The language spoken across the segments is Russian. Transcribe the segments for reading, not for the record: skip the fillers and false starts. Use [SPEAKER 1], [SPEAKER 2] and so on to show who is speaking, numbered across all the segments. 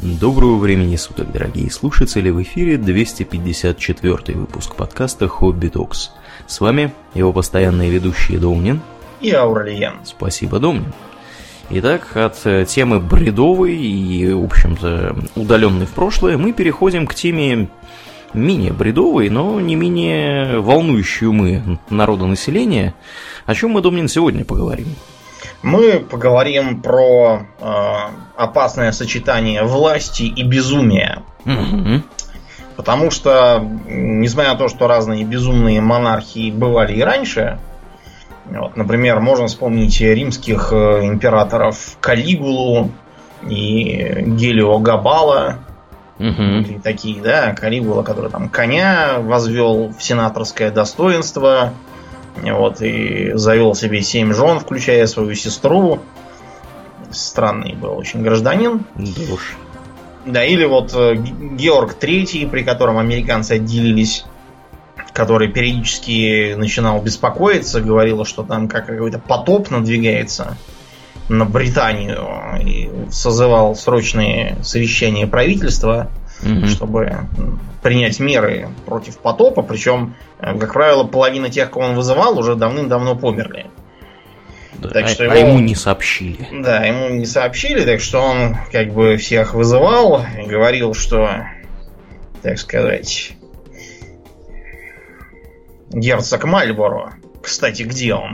[SPEAKER 1] Доброго времени суток, дорогие слушатели, в эфире 254 выпуск подкаста «Хобби Токс». С вами его постоянные ведущие Домнин
[SPEAKER 2] и Аурельян.
[SPEAKER 1] Спасибо, Домнин. Итак, от темы бредовой и, в общем-то, удаленной в прошлое, мы переходим к теме менее бредовой, но не менее волнующей умы народонаселения. О чем мы, Домнин, сегодня поговорим?
[SPEAKER 2] Мы поговорим про опасное сочетание власти и безумия.
[SPEAKER 1] Угу.
[SPEAKER 2] Потому что, несмотря на то, что разные безумные монархии бывали и раньше, вот, например, можно вспомнить римских императоров Калигулу и Гелиогабала. Были такие, да, Калигула, который там коня возвел в сенаторское достоинство. Вот, и завел себе 7 жен, включая свою сестру. Странный был очень гражданин.
[SPEAKER 1] Да уж.
[SPEAKER 2] Да, или вот Георг III, при котором американцы отделились, который периодически начинал беспокоиться, говорил, что там какой-то потоп надвигается на Британию, и созывал срочные совещания правительства, чтобы принять меры против потопа. Причем, как правило, половина тех, кого он вызывал, уже давным-давно померли.
[SPEAKER 1] Да, так что ему не сообщили.
[SPEAKER 2] Да, ему не сообщили, так что он как бы всех вызывал и говорил, что, так сказать, герцог Мальборо. Кстати, где он?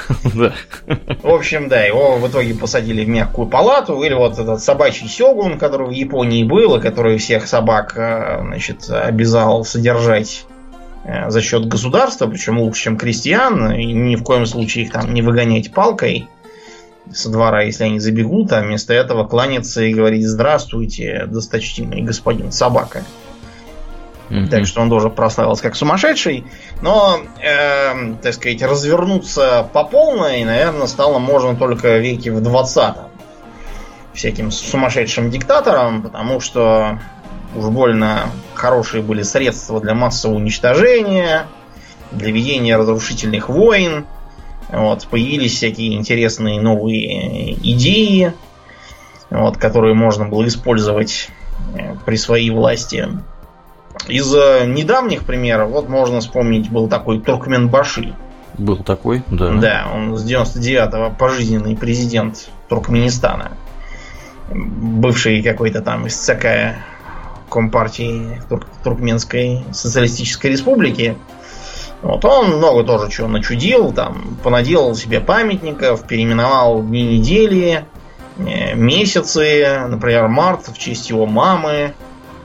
[SPEAKER 2] В общем, да, его в итоге посадили в мягкую палату. Или вот этот собачий сёгун, который в Японии был, и который всех собак, значит, обязал содержать за счет государства, причем лучше, чем крестьян, и ни в коем случае их там не выгонять палкой со двора, если они забегут, а вместо этого кланяться и говорить: «Здравствуйте, досточтимый господин собака». Так что он тоже прославился как сумасшедший. Но, так сказать, развернуться по полной, наверное, стало можно только в веке в 20-м. Всяким сумасшедшим диктаторам, потому что уж больно хорошие были средства для массового уничтожения, для ведения разрушительных войн. Вот, появились всякие интересные новые идеи, вот, которые можно было использовать при своей власти. Из недавних примеров, вот можно вспомнить, был такой Туркменбаши.
[SPEAKER 1] Был такой, да.
[SPEAKER 2] Да, он с 99-го пожизненный президент Туркменистана. Бывший какой-то там из ЦК Компартии Туркменской Социалистической Республики. Вот он много тоже чего начудил, там понаделал себе памятников, переименовал дни недели, месяцы, например, март в честь его мамы.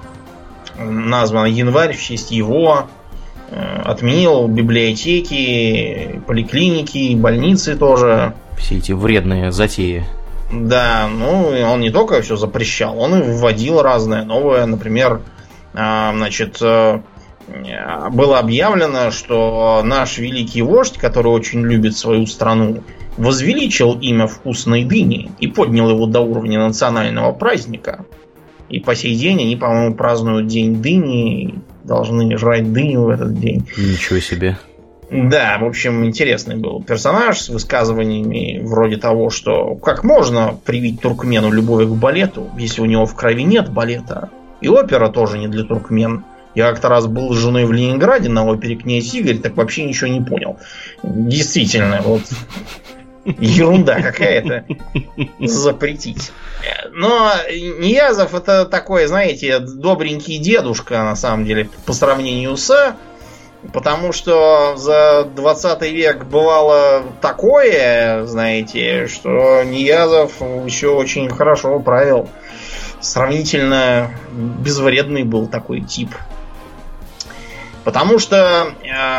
[SPEAKER 2] Назван январь в честь его, отменил библиотеки, поликлиники, больницы тоже.
[SPEAKER 1] Все эти вредные затеи.
[SPEAKER 2] Да, ну он не только все запрещал, он и вводил разное новое. Например, значит, было объявлено, что наш великий вождь, который очень любит свою страну, возвеличил имя вкусной дыни и поднял его до уровня национального праздника. И по сей день они, по-моему, празднуют День дыни и должны жрать дыню в этот день.
[SPEAKER 1] Ничего себе.
[SPEAKER 2] Да, в общем, интересный был персонаж с высказываниями вроде того, что как можно привить туркмену любовь к балету, если у него в крови нет балета. И опера тоже не для туркмен. Я как-то раз был с женой в Ленинграде на опере «Князь Игорь», так вообще ничего не понял. Действительно, вот ерунда какая-то. Запретить. Но Ниязов это такой, знаете, добренький дедушка, на самом деле, по сравнению с... Потому что за 20 век бывало такое, знаете, что Ниязов еще очень хорошо правил. Сравнительно безвредный был такой тип. Потому что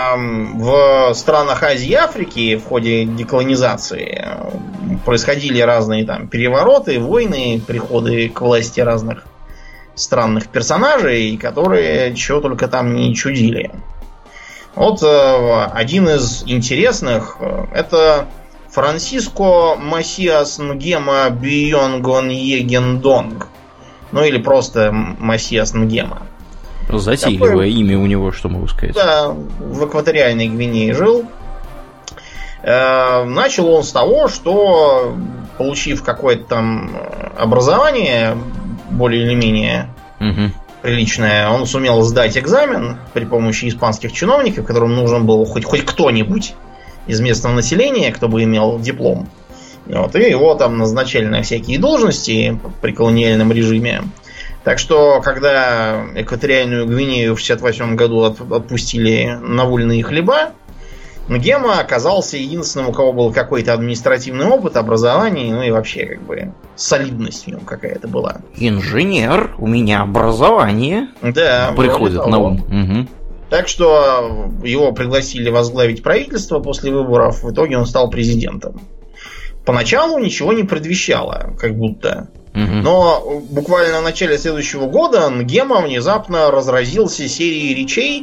[SPEAKER 2] в странах Азии и Африки в ходе деколонизации происходили разные там перевороты, войны, приходы к власти разных странных персонажей, которые чего только там не чудили. Вот один из интересных — это Франсиско Масиас Нгема Бийонгоньегендонг. Ну или просто Масиас Нгема.
[SPEAKER 1] Затейливое такое имя у него, что могу сказать.
[SPEAKER 2] Да, в экваториальной Гвинее жил. Начал он с того, что, получив какое-то там образование, более или менее приличное. Он сумел сдать экзамен при помощи испанских чиновников, которым нужен был хоть кто-нибудь из местного населения, кто бы имел диплом. Вот, и его там назначали на всякие должности при колониальном режиме. Так что, когда экваториальную Гвинею в 1968 году отпустили на вольные хлеба, Нгема оказался единственным, у кого был какой-то административный опыт, образование, ну и вообще как бы солидность в нем какая-то была.
[SPEAKER 1] Инженер, у меня образование.
[SPEAKER 2] Да,
[SPEAKER 1] приходит на ум. Угу.
[SPEAKER 2] Так что его пригласили возглавить правительство после выборов. В итоге он стал президентом. Поначалу ничего не предвещало, как будто. Но буквально в начале следующего года Нгема внезапно разразился серией речей,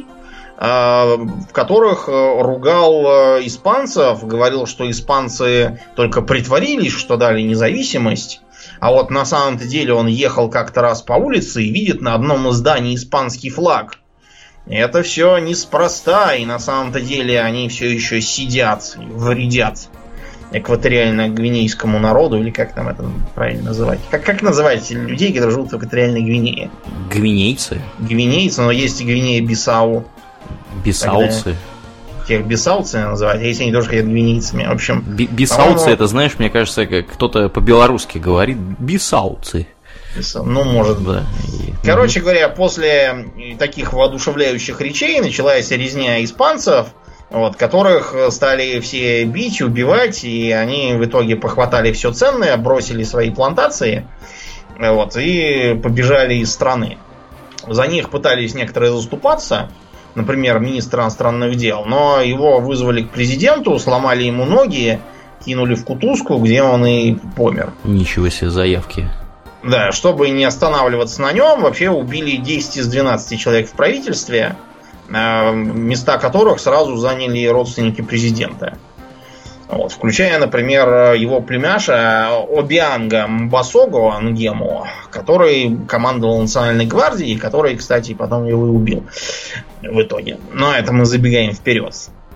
[SPEAKER 2] в которых ругал испанцев, говорил, что испанцы только притворились, что дали независимость, а вот на самом-то деле он ехал как-то раз по улице и видит на одном из зданий испанский флаг. Это все неспроста, и на самом-то деле они все еще сидят, вредят экваториально-гвинейскому народу, или как там это правильно называть? Как называть людей, которые живут в экваториальной Гвинее?
[SPEAKER 1] Гвинейцы?
[SPEAKER 2] Гвинейцы, но есть и Гвинея-Бисау.
[SPEAKER 1] Бисауцы.
[SPEAKER 2] Тех бисауцы называть, если они тоже хотят гвинейцами. В общем,
[SPEAKER 1] бисауцы, это, знаешь, мне кажется, как кто-то по-белорусски говорит, бисауцы.
[SPEAKER 2] Ну, может быть. Да. Короче говоря, после таких воодушевляющих речей началась резня испанцев, вот, которых стали все бить, убивать, и они в итоге похватали все ценное, бросили свои плантации, вот, и побежали из страны. За них пытались некоторые заступаться, например, министр иностранных дел, но его вызвали к президенту, сломали ему ноги, кинули в кутузку, где он и помер.
[SPEAKER 1] Ничего себе заявки.
[SPEAKER 2] Да, чтобы не останавливаться на нем, вообще убили 10 из 12 человек в правительстве, места которых сразу заняли родственники президента. Вот, включая, например, его племяша Обианга Мбасого Нгему, который командовал Национальной гвардией, который, кстати, потом его и убил в итоге. Но это мы забегаем вперед.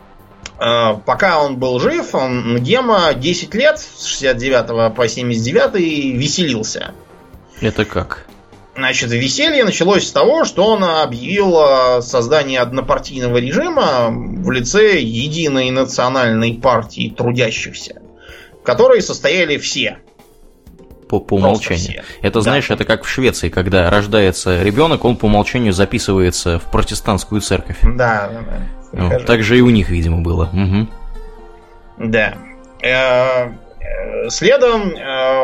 [SPEAKER 2] Пока он был жив, Нгема 10 лет, с 69 по 79 веселился.
[SPEAKER 1] Это как?
[SPEAKER 2] Значит, веселье началось с того, что он объявил создание однопартийного режима в лице Единой национальной партии трудящихся, в которой состояли все.
[SPEAKER 1] По умолчанию. Все. Это, знаешь, да. Это как в Швеции, когда рождается ребенок, он по умолчанию записывается в протестантскую церковь.
[SPEAKER 2] Да.
[SPEAKER 1] Вот, так же и у них, видимо, было. Угу.
[SPEAKER 2] Да. Следом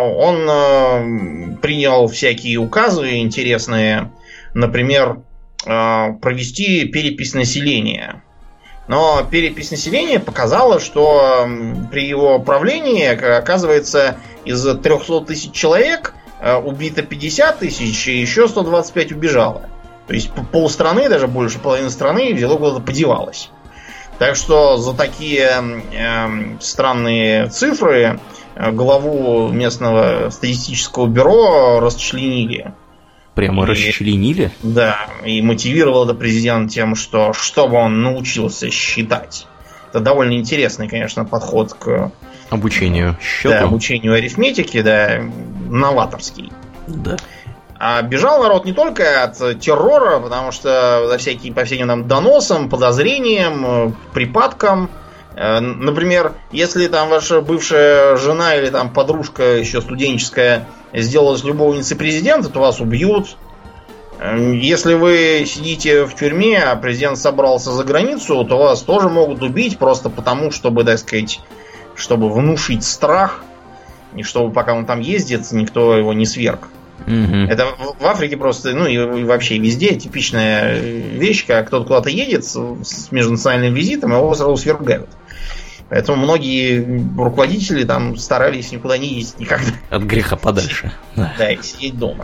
[SPEAKER 2] он принял всякие указы интересные, например, провести перепись населения. Но перепись населения показала, что при его правлении, оказывается, из 300 тысяч человек убито 50 тысяч, и еще 125 убежало. То есть полстраны, даже больше половины страны взяло куда-то подевалось. Так что за такие странные цифры главу местного статистического бюро расчленили.
[SPEAKER 1] Прямо расчленили?
[SPEAKER 2] Да, и мотивировал это президент тем, что чтобы он научился считать. Это довольно интересный, конечно, подход к
[SPEAKER 1] обучению счету.
[SPEAKER 2] Да, обучению арифметики, да, новаторский.
[SPEAKER 1] Да.
[SPEAKER 2] А бежал народ не только от террора, потому что за всякие по всяким там доносам, подозрениям, припадкам. Например, если там ваша бывшая жена или там подружка еще студенческая сделалась любовницей президента, то вас убьют. Если вы сидите в тюрьме, а президент собрался за границу, то вас тоже могут убить просто потому, чтобы, так сказать, чтобы внушить страх, и чтобы пока он там ездит, никто его не сверг. Это в Африке просто, ну и вообще везде типичная вещь, когда кто-то куда-то едет с межнациональным визитом, его сразу свергают. Поэтому многие руководители там старались никуда не ездить никогда.
[SPEAKER 1] От греха подальше.
[SPEAKER 2] Да, и сидеть дома.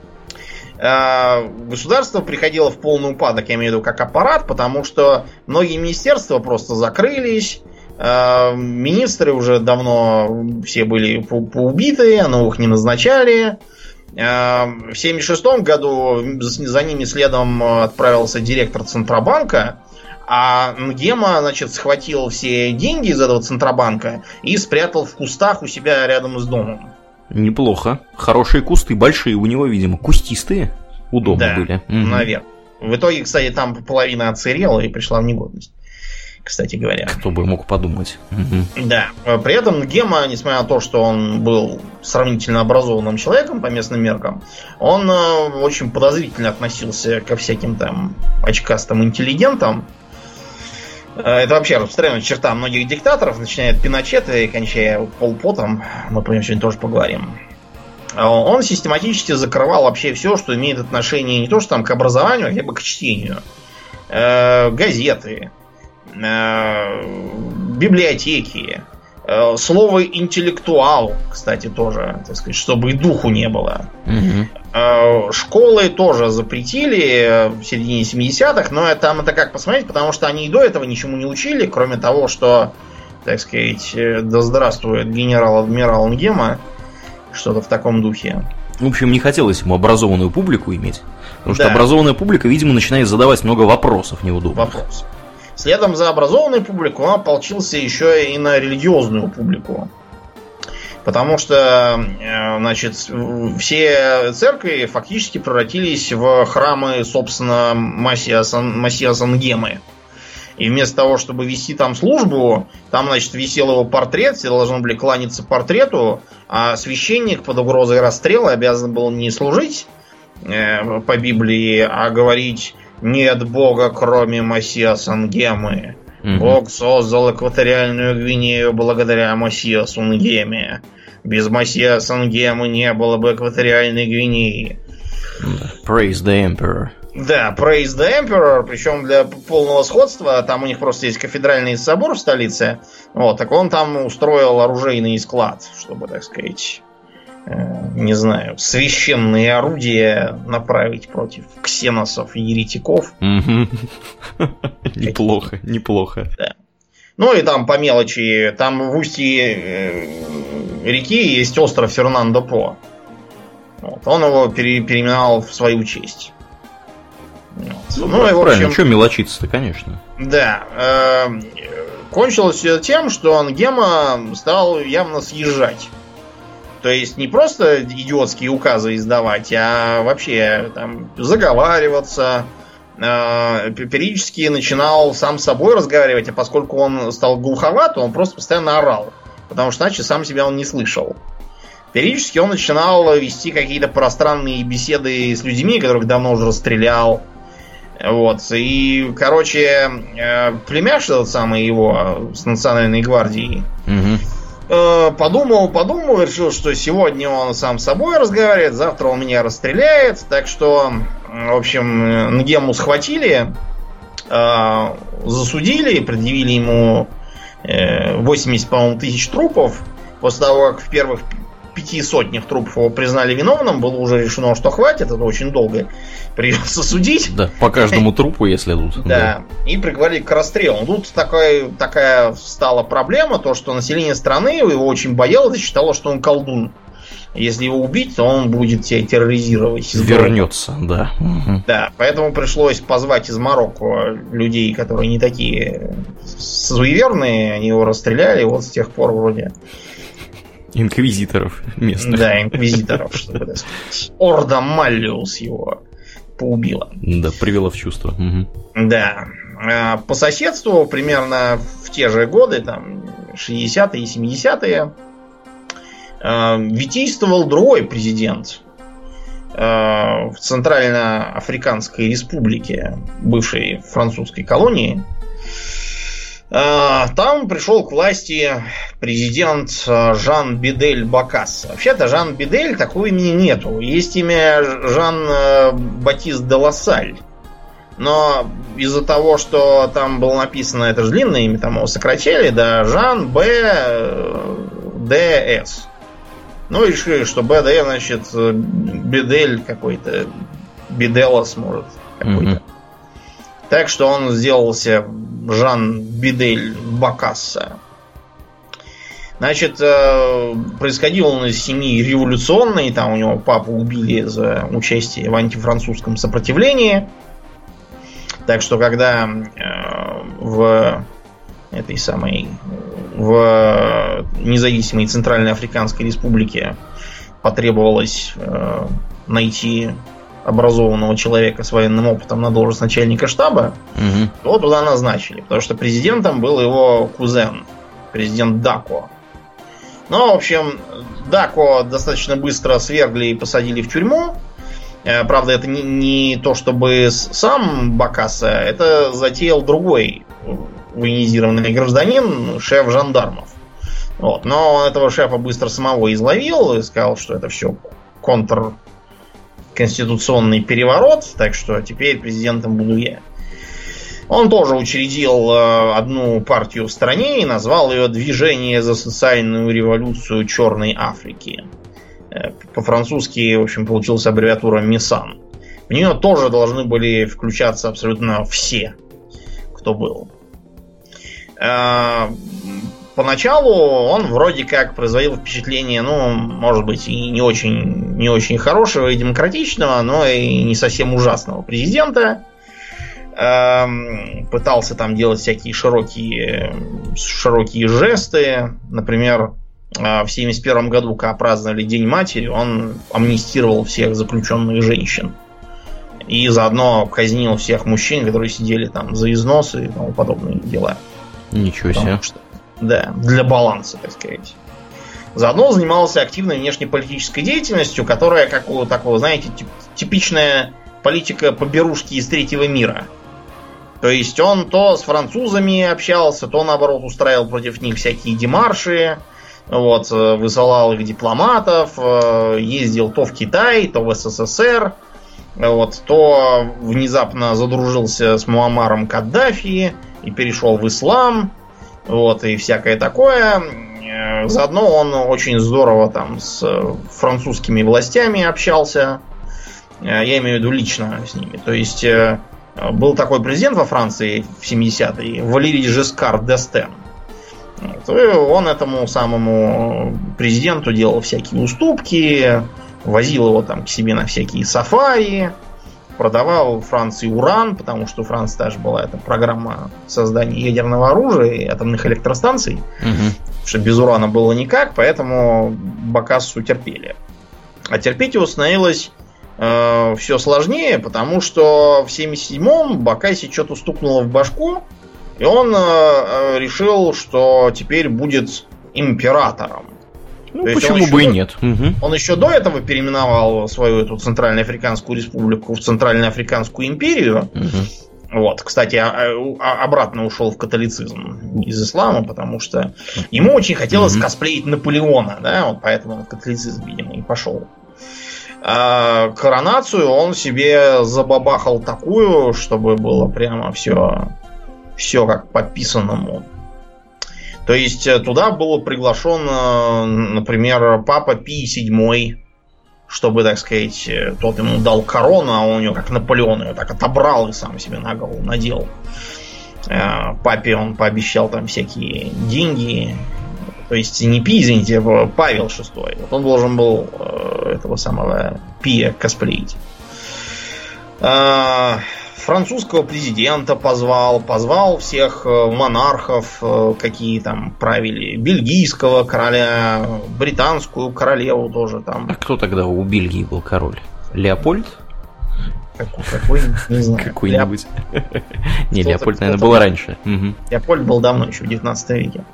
[SPEAKER 2] Государство приходило в полный упадок, я имею в виду, как аппарат, потому что многие министерства просто закрылись, министры уже давно все были поубиты, новых не назначали. В 1976 году за ними следом отправился директор Центробанка, а Нгема, значит, схватил все деньги из этого Центробанка и спрятал в кустах у себя рядом с домом.
[SPEAKER 1] Неплохо. Хорошие кусты, большие у него, видимо, кустистые. Удобно были.
[SPEAKER 2] Наверное. В итоге, кстати, там половина отсырела и пришла в негодность. Кстати говоря.
[SPEAKER 1] Кто бы мог подумать.
[SPEAKER 2] Да. При этом Гема, несмотря на то, что он был сравнительно образованным человеком по местным меркам, он очень подозрительно относился ко всяким там очкастым интеллигентам. Это вообще распространенная черта многих диктаторов, начиная от Пиночета и кончая Пол Потом. Мы про него сегодня тоже поговорим. Он систематически закрывал вообще все, что имеет отношение не то что там к образованию, а хотя бы к чтению. Газеты, библиотеки, слово интеллектуал, кстати, тоже, так сказать, чтобы и духу не было. Школы тоже запретили в середине 70-х, но там это как посмотреть, потому что они и до этого ничему не учили, кроме того, что, так сказать, да здравствует генерал-адмирал Нгема, что-то в таком духе.
[SPEAKER 1] В общем, не хотелось ему образованную публику иметь, потому что образованная публика, видимо, начинает задавать много вопросов неудобных.
[SPEAKER 2] Следом за образованной публикой он ополчился еще и на религиозную публику. Потому что, значит, все церкви фактически превратились в храмы, собственно, Масиаса Нгемы. И вместо того, чтобы вести там службу, там, значит, висел его портрет, все должны были кланяться портрету, а священник под угрозой расстрела обязан был не служить по Библии, а говорить: «Нет Бога, кроме Масиаса Нгемы. Бог создал экваториальную Гвинею благодаря Масиасу Нгеме. Без Масиаса Нгемы не было бы экваториальной Гвинеи».
[SPEAKER 1] Praise the Emperor.
[SPEAKER 2] Да, Praise the Emperor, причем для полного сходства, там у них просто есть кафедральный собор в столице, вот, так он там устроил оружейный склад, чтобы, так сказать, не знаю, священные орудия направить против ксеносов и еретиков.
[SPEAKER 1] Неплохо, неплохо.
[SPEAKER 2] Да. Ну и там по мелочи, там в устье реки есть остров Фернандо-По. Вот, он его переименовал в свою честь.
[SPEAKER 1] Вот. Ну и в общем, что мелочиться-то, конечно.
[SPEAKER 2] Да. Кончилось все тем, что Нгема стал явно съезжать. То есть не просто идиотские указы издавать, а вообще там заговариваться. Периодически начинал сам с собой разговаривать, а поскольку он стал глуховат, он просто постоянно орал. Потому что иначе сам себя он не слышал. Периодически он начинал вести какие-то пространные беседы с людьми, которых давно уже расстрелял. Вот. И, короче, племяш этот самый его с Национальной гвардией подумал, решил, что сегодня он сам с собой разговаривает, завтра он меня расстреляет. Так что, в общем, Нгему схватили, засудили, предъявили ему 80, по-моему, тысяч трупов. После того, как в первых 500 трупов его признали виновным, было уже решено, что хватит, это очень долго придется судить.
[SPEAKER 1] Да, по каждому трупу, если тут.
[SPEAKER 2] Да, и приговорили к расстрелу. Тут такая стала проблема, то, что население страны его очень боялось и считало, что он колдун. Если его убить, то он будет тебя терроризировать.
[SPEAKER 1] Вернется, да.
[SPEAKER 2] Да, поэтому пришлось позвать из Марокко людей, которые не такие суеверные, они его расстреляли, вот с тех пор вроде...
[SPEAKER 1] Инквизиторов местных.
[SPEAKER 2] Да, инквизиторов, чтобы, так сказать. Орда Маллиус его поубила.
[SPEAKER 1] Да, привела в чувство.
[SPEAKER 2] Да. По соседству, примерно в те же годы, там, 60-е и 70-е, витийствовал другой президент в Центральноафриканской республике, бывшей французской колонии. Там пришел к власти президент Жан Бидель Бокасса. Вообще-то Жан Бидель, такого имени нету. Есть имя Жан Батист де Лассаль. Но из-за того, что там было написано, это же длинное имя, там его сократили, да, Жан Б. Д. С. Ну, решили, что Б. Д. значит, Бидель какой-то, Биделос, может, какой-то. Так что он сделался Жан Бидель Бокасса. Значит, происходил он из семьи революционной, там у него папу убили за участие в антифранцузском сопротивлении. Так что когда в независимой Центральной Африканской Республике потребовалось найти образованного человека с военным опытом на должность начальника штаба, его туда назначили. Потому что президентом был его кузен, президент Дако. Ну, в общем, Дако достаточно быстро свергли и посадили в тюрьму. Правда, это не то чтобы сам Бокассо, это затеял другой военизированный гражданин, шеф жандармов. Вот. Но он этого шефа быстро самого изловил и сказал, что это все контрконституционный переворот, так что теперь президентом буду я. Он тоже учредил одну партию в стране и назвал ее «Движение за социальную революцию Черной Африки». По-французски, в общем, получилась аббревиатура МИСАН. В нее тоже должны были включаться абсолютно все, кто был. Поначалу он вроде как производил впечатление, ну, может быть, и не очень хорошего и демократичного, но и не совсем ужасного президента. Пытался там делать всякие широкие жесты. Например, в 1971 году, когда праздновали День матери, он амнистировал всех заключенных женщин. И заодно казнил всех мужчин, которые сидели там за износы и тому подобные дела.
[SPEAKER 1] Ничего себе.
[SPEAKER 2] Да, для баланса, так сказать. Заодно занимался активной внешнеполитической деятельностью, которая, как у такого, знаете, типичная политика поберушки из третьего мира. То есть он то с французами общался, то наоборот устраивал против них всякие демарши, вот, высылал их дипломатов, ездил то в Китай, то в СССР, вот, то внезапно задружился с Муаммаром Каддафи и перешел в ислам, вот, и всякое такое. Заодно он очень здорово там с французскими властями общался. Я имею в виду лично с ними. То есть был такой президент во Франции в 70-е, Валерий Жескар д'Эстен. Вот, и он этому самому президенту делал всякие уступки, возил его там к себе на всякие сафари, продавал Франции уран, потому что у Франции даже была эта программа создания ядерного оружия и атомных электростанций. Потому что без урана было никак, поэтому Бокассу терпели. А терпеть его становилось все сложнее, потому что в 1977-м Бокассе что-то стукнуло в башку, и он решил, что теперь будет императором.
[SPEAKER 1] Ну, почему бы и нет?
[SPEAKER 2] Он еще до этого переименовал свою эту Центральноафриканскую республику в Центральноафриканскую империю. Вот, кстати, обратно ушел в католицизм из ислама, потому что ему очень хотелось косплеить Наполеона, да, вот поэтому он в католицизм, видимо, и пошел. А коронацию он себе забабахал такую, чтобы было прямо все как по писанному. То есть туда был приглашен, например, папа Пий VII, чтобы, так сказать, тот ему дал корону, а он у него, как Наполеон, ее так отобрал и сам себе на голову надел. Папе он пообещал там всякие деньги. То есть не Пий, извините, а Павел VI. Вот он должен был этого самого Пия косплеить. Французского президента позвал всех монархов, какие там правили, бельгийского короля, британскую королеву тоже там.
[SPEAKER 1] А кто тогда у Бельгии был король? Леопольд?
[SPEAKER 2] Какой? Не знаю.
[SPEAKER 1] Какой-нибудь. Не, Леопольд, наверное, был раньше.
[SPEAKER 2] Леопольд был давно, еще в 19 веке.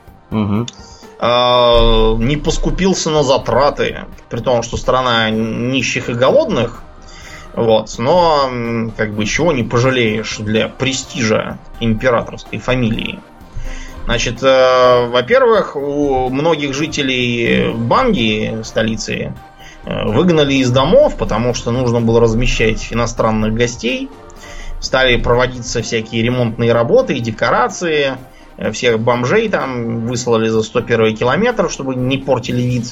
[SPEAKER 2] Не поскупился на затраты, при том, что страна нищих и голодных. Вот, но как бы чего не пожалеешь для престижа императорской фамилии. Значит, во-первых, у многих жителей Банги, столицы, выгнали из домов, потому что нужно было размещать иностранных гостей. Стали проводиться всякие ремонтные работы и декорации. Всех бомжей там выслали за 101 километр, чтобы не портили вид.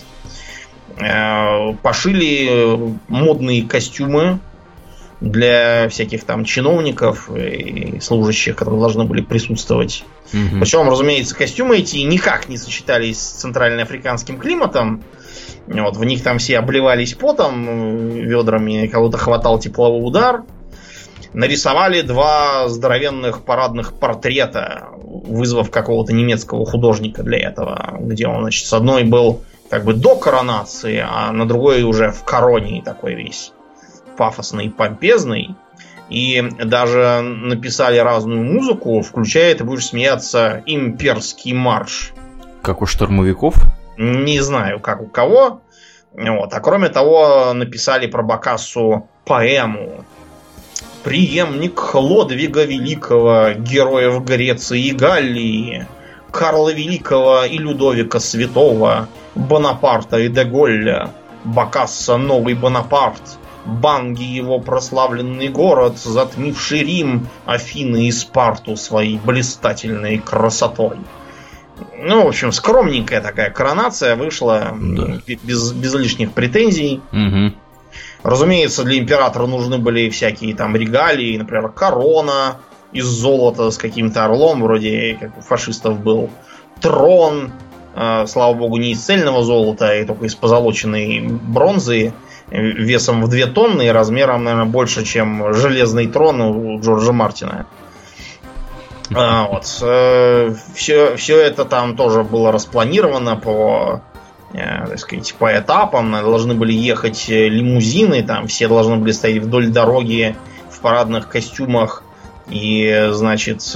[SPEAKER 2] Пошили модные костюмы для всяких там чиновников и служащих, которые должны были присутствовать. Причем, разумеется, костюмы эти никак не сочетались с центральноафриканским климатом. Вот, в них там все обливались потом, ведрами, кого-то хватал тепловой удар. Нарисовали 2 здоровенных парадных портрета, вызвав какого-то немецкого художника для этого, где он, значит, с одной был как бы до коронации, а на другой уже в короне такой весь пафосный, помпезный. И даже написали разную музыку, включая, ты будешь смеяться, имперский марш.
[SPEAKER 1] Как у штурмовиков?
[SPEAKER 2] Не знаю, как у кого. Вот. А кроме того, написали про Бокассу поэму. Преемник Хлодвига Великого, героев Греции и Галлии, Карла Великого и Людовика Святого, Бонапарта и де Голля, Бокасса новый Бонапарт, Банги его прославленный город, затмивший Рим, Афины и Спарту своей блистательной красотой. Ну, в общем, скромненькая такая коронация вышла, да. без лишних претензий.
[SPEAKER 1] Угу.
[SPEAKER 2] Разумеется, для императора нужны были всякие там регалии, например, корона из золота с каким-то орлом, вроде как у фашистов был, трон, слава богу, не из цельного золота, а только из позолоченной бронзы, весом в 2 тонны и размером, наверное, больше, чем железный трон у Джорджа Мартина. Вот. Все это там тоже было распланировано по, так сказать, по этапам. Должны были ехать лимузины, там все должны были стоять вдоль дороги в парадных костюмах и, значит,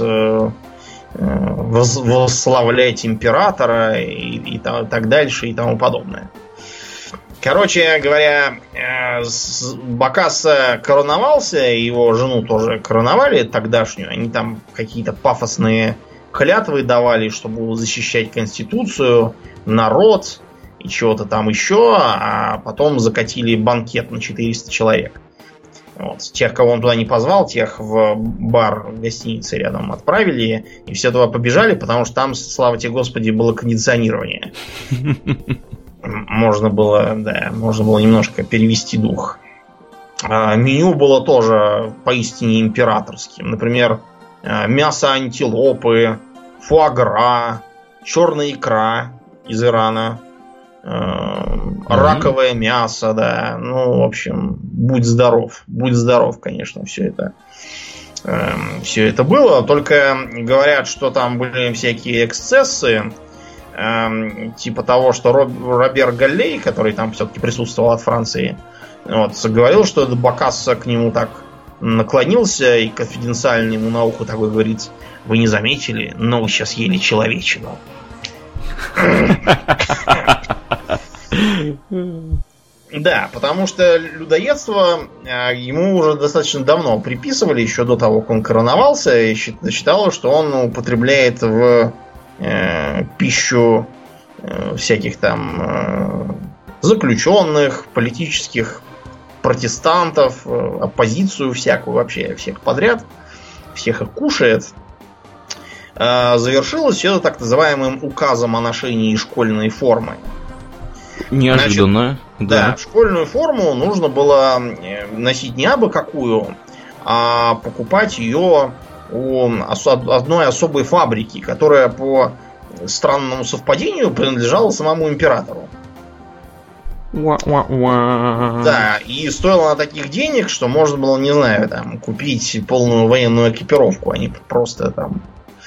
[SPEAKER 2] восславлять императора и так дальше и тому подобное. Короче говоря, Бокасса короновался, его жену тоже короновали тогдашнюю. Они там какие-то пафосные клятвы давали, чтобы защищать Конституцию, народ и чего-то там еще, а потом закатили банкет на 400 человек. Вот. Тех, кого он туда не позвал, тех в бар в гостинице рядом отправили, и все туда побежали, потому что там, слава тебе Господи, было кондиционирование. Можно было немножко перевести дух. Меню было тоже поистине императорским. Например, мясо антилопы, фуагра, черная икра из Ирана, раковое мясо, да. Ну, в общем, будь здоров, конечно, все это было. Только говорят, что там были всякие эксцессы, типа того, что Робер Галлей, который там все-таки присутствовал от Франции, вот, говорил, что Бокасса к нему так наклонился и конфиденциально ему на ухо такой говорит: вы не заметили, но вы сейчас ели человечину. Да, потому что людоедство ему уже достаточно давно приписывали, еще до того, как он короновался, и считалось, что он употребляет в пищу всяких там заключенных, политических протестантов, оппозицию всякую, вообще всех подряд, всех их кушает. Завершилось все это так называемым указом о ношении школьной формы.
[SPEAKER 1] Неожиданно.
[SPEAKER 2] Значит, да, школьную форму нужно было носить не абы какую, а покупать ее у одной особой фабрики, которая по странному совпадению принадлежала самому императору. Да, и стоила она таких денег, что можно было, не знаю, там, купить полную военную экипировку, а не просто там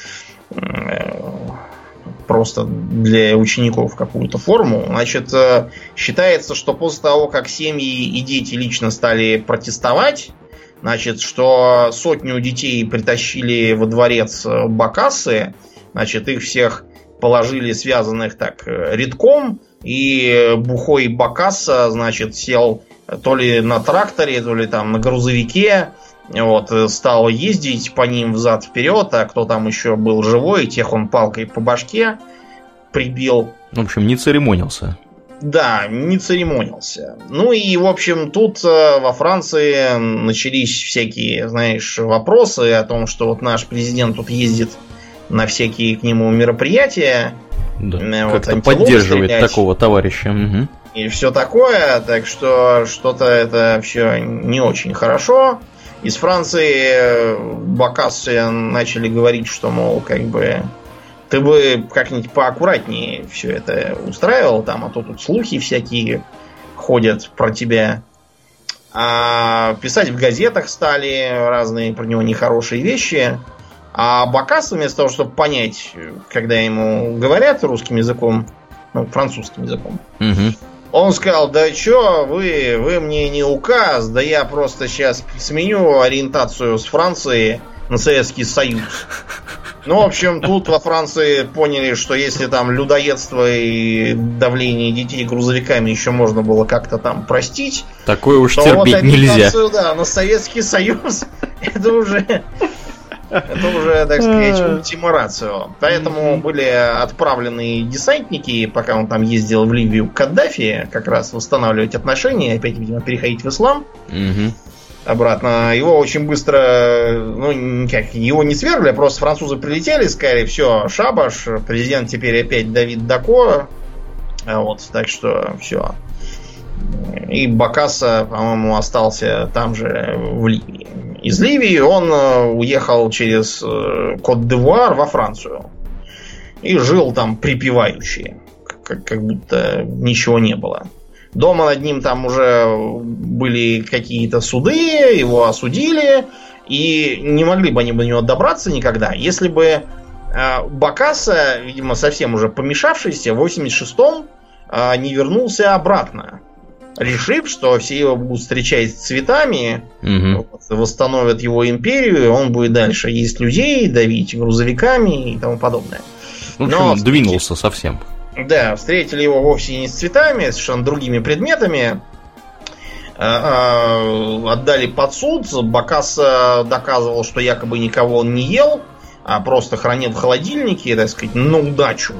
[SPEAKER 2] просто для учеников какую-то форму. Значит, считается, что после того, как семьи и дети лично стали протестовать, значит, что 100 детей притащили во дворец Бокассы, значит, их всех положили связанных так рядком, и бухой Бокасса, значит, сел то ли на тракторе, то ли там на грузовике, вот, стал ездить по ним взад-вперед, а кто там еще был живой, тех он палкой по башке прибил.
[SPEAKER 1] В общем, не церемонился.
[SPEAKER 2] Да, не церемонился. Ну и, в общем, тут во Франции начались всякие, знаешь, вопросы о том, что вот наш президент тут ездит на всякие к нему мероприятия.
[SPEAKER 1] Да, вот, как-то поддерживает стрелять, такого товарища. Угу.
[SPEAKER 2] И все такое, так что что-то это все не очень хорошо. Из Франции Бокассе начали говорить, что, мол, как бы ты бы как-нибудь поаккуратнее все это устраивал, там, а то тут слухи всякие ходят про тебя. А писать в газетах стали разные про него нехорошие вещи. А Бокасса, вместо того, чтобы понять, когда ему говорят русским языком, ну, французским языком.
[SPEAKER 1] Угу.
[SPEAKER 2] Он сказал: да чё, вы мне не указ, да я просто сейчас сменю ориентацию с Франции на Советский Союз. Ну, в общем, тут во Франции поняли, что если там людоедство и давление детей грузовиками еще можно было как-то там простить,
[SPEAKER 1] такое уж
[SPEAKER 2] то
[SPEAKER 1] терпеть
[SPEAKER 2] вот
[SPEAKER 1] нельзя.
[SPEAKER 2] Да, на Советский Союз это уже, так сказать, ультима рацио. Поэтому были отправлены десантники, пока он там ездил в Ливию к Каддафи, как раз восстанавливать отношения, опять, видимо, переходить в ислам. Обратно. Его очень быстро, ну, никак, его не свергли, а просто французы прилетели, сказали: все, шабаш, президент теперь опять Давид Дако. Вот, так что все. И Бокассо, по-моему, остался там же, в Ливии. Из Ливии он уехал через Кот-д'Ивуар во Францию. И жил там припеваючи, как будто ничего не было. Дома над ним там уже были какие-то суды, его осудили, и не могли бы они до него добраться никогда, если бы Бокассо, видимо, совсем уже помешавшийся, в 86-м не вернулся обратно, решив, что все его будут встречать с цветами, восстановят его империю, он будет дальше есть людей, давить грузовиками и тому подобное.
[SPEAKER 1] В общем, двинулся совсем.
[SPEAKER 2] Да, встретили его вовсе не с цветами, с совершенно другими предметами. Отдали под суд. Бокассо доказывал, что якобы никого он не ел, а просто хранил в холодильнике, так сказать, на удачу.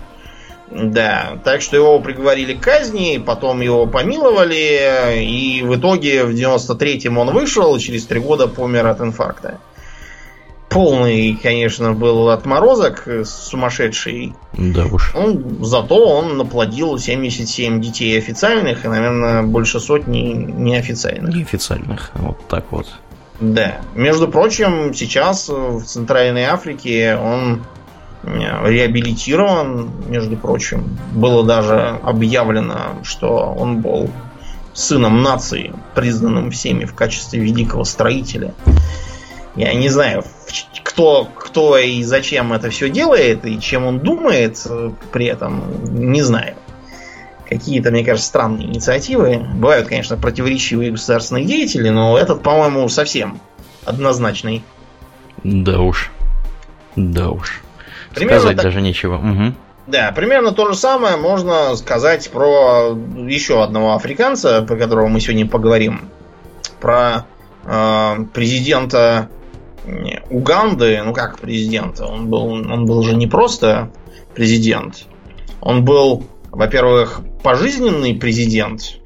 [SPEAKER 2] Да, так что его приговорили к казни, потом его помиловали, и в итоге в 93-м он вышел, и через 3 года помер от инфаркта. Полный, конечно, был отморозок, сумасшедший.
[SPEAKER 1] Да уж.
[SPEAKER 2] Ну, зато он наплодил 77 детей официальных и, наверное, больше сотни неофициальных.
[SPEAKER 1] Неофициальных, вот так вот.
[SPEAKER 2] Да. Между прочим, сейчас в Центральной Африке он реабилитирован, между прочим. Было даже объявлено, что он был сыном нации, признанным всеми в качестве великого строителя. Я не знаю, кто и зачем это все делает, и чем он думает при этом, не знаю. Какие-то, мне кажется, странные инициативы. Бывают, конечно, противоречивые государственные деятели, но этот, по-моему, совсем однозначный.
[SPEAKER 1] Да уж. Да уж.
[SPEAKER 2] Примерно
[SPEAKER 1] сказать даже нечего. Угу.
[SPEAKER 2] Да, примерно то же самое можно сказать про еще одного африканца, про которого мы сегодня поговорим. Про президента Уганды. Ну как президента? Он был же не просто президент. Он был, во-первых, пожизненный президент.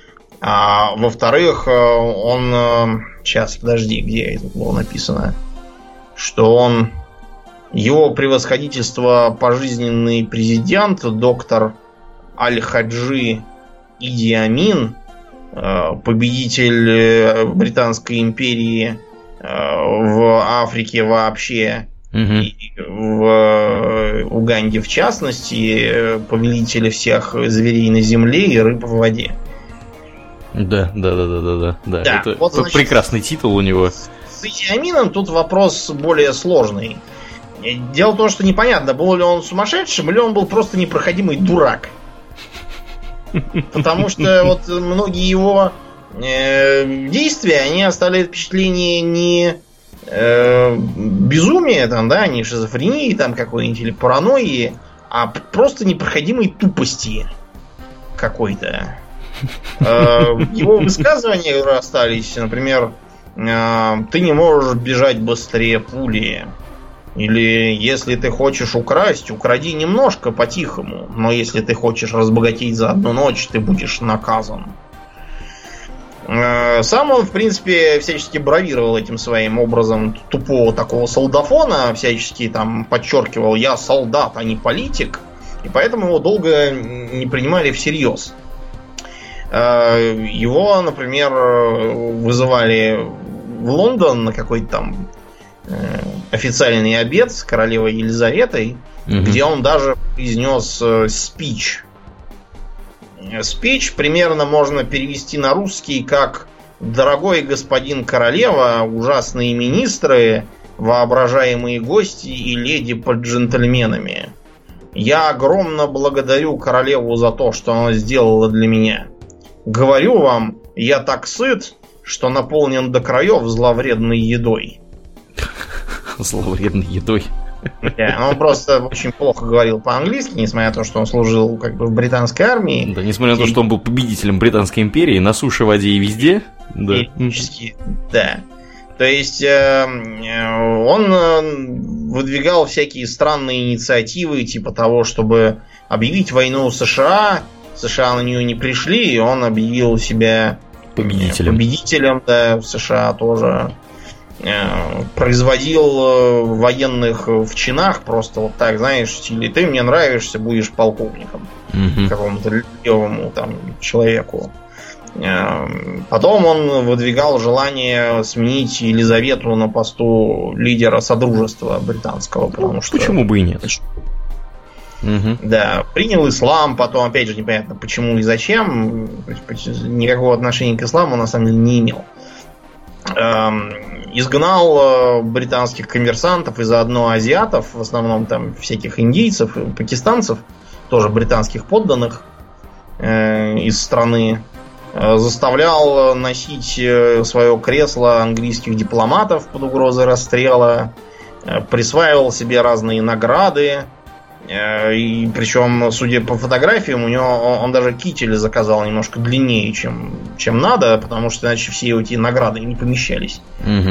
[SPEAKER 2] А во-вторых, он... Сейчас, подожди, где тут было написано? Что он... Его превосходительство пожизненный президент, доктор Аль-Хаджи Иди Амин, победитель Британской империи в Африке вообще, и в Уганде в частности, повелитель всех зверей на земле и рыб в воде.
[SPEAKER 1] Да. Это
[SPEAKER 2] вот, значит,
[SPEAKER 1] прекрасный титул у него.
[SPEAKER 2] С Иди Амином тут вопрос более сложный. Дело в том, что непонятно, был ли он сумасшедшим, или он был просто непроходимый дурак. Потому что вот многие его действия, они оставляют впечатление не безумия, там, да, не шизофрении там какой-нибудь или паранойи, а просто непроходимой тупости какой-то. Его высказывания, которые остались, например, ты не можешь бежать быстрее пули. Или если ты хочешь украсть, укради немножко по-тихому. Но если ты хочешь разбогатеть за одну ночь, ты будешь наказан. Сам он, в принципе, всячески бравировал этим своим образом тупого такого солдафона. Всячески там подчеркивал: я солдат, а не политик. И поэтому его долго не принимали всерьез. Его, например, вызывали в Лондон на какой-то там официальный обед с королевой Елизаветой, где он даже произнес спич. Спич примерно можно перевести на русский как: «Дорогой господин королева, ужасные министры, воображаемые гости и леди под джентльменами. Я огромно благодарю королеву за то, что она сделала для меня. Говорю вам, я так сыт, что наполнен до краев зловредной едой.
[SPEAKER 1] Зловредной едой.
[SPEAKER 2] Он просто очень плохо говорил по-английски, несмотря на то, что он служил как бы в британской армии.
[SPEAKER 1] Да, несмотря на то, что он был победителем Британской империи на суше, воде и везде. Да.
[SPEAKER 2] Да. То есть он выдвигал всякие странные инициативы, типа того, чтобы объявить войну США. США на нее не пришли, и он объявил себя победителем, да, в США тоже. Производил военных в чинах просто вот так, знаешь, в стиле ты мне нравишься, будешь полковником, какому-то левому там человеку. Потом он выдвигал желание сменить Елизавету на посту лидера Содружества британского, потому что...
[SPEAKER 1] Почему бы и нет?
[SPEAKER 2] Да, принял ислам, потом, опять же, непонятно почему и зачем, никакого отношения к исламу на самом деле не имел. Изгнал британских коммерсантов и заодно азиатов, в основном там всяких индийцев и пакистанцев, тоже британских подданных из страны. Заставлял носить свое кресло английских дипломатов под угрозой расстрела. Присваивал себе разные награды. И причем, судя по фотографиям, у него он даже китель заказал немножко длиннее, чем надо, потому что иначе все эти награды не помещались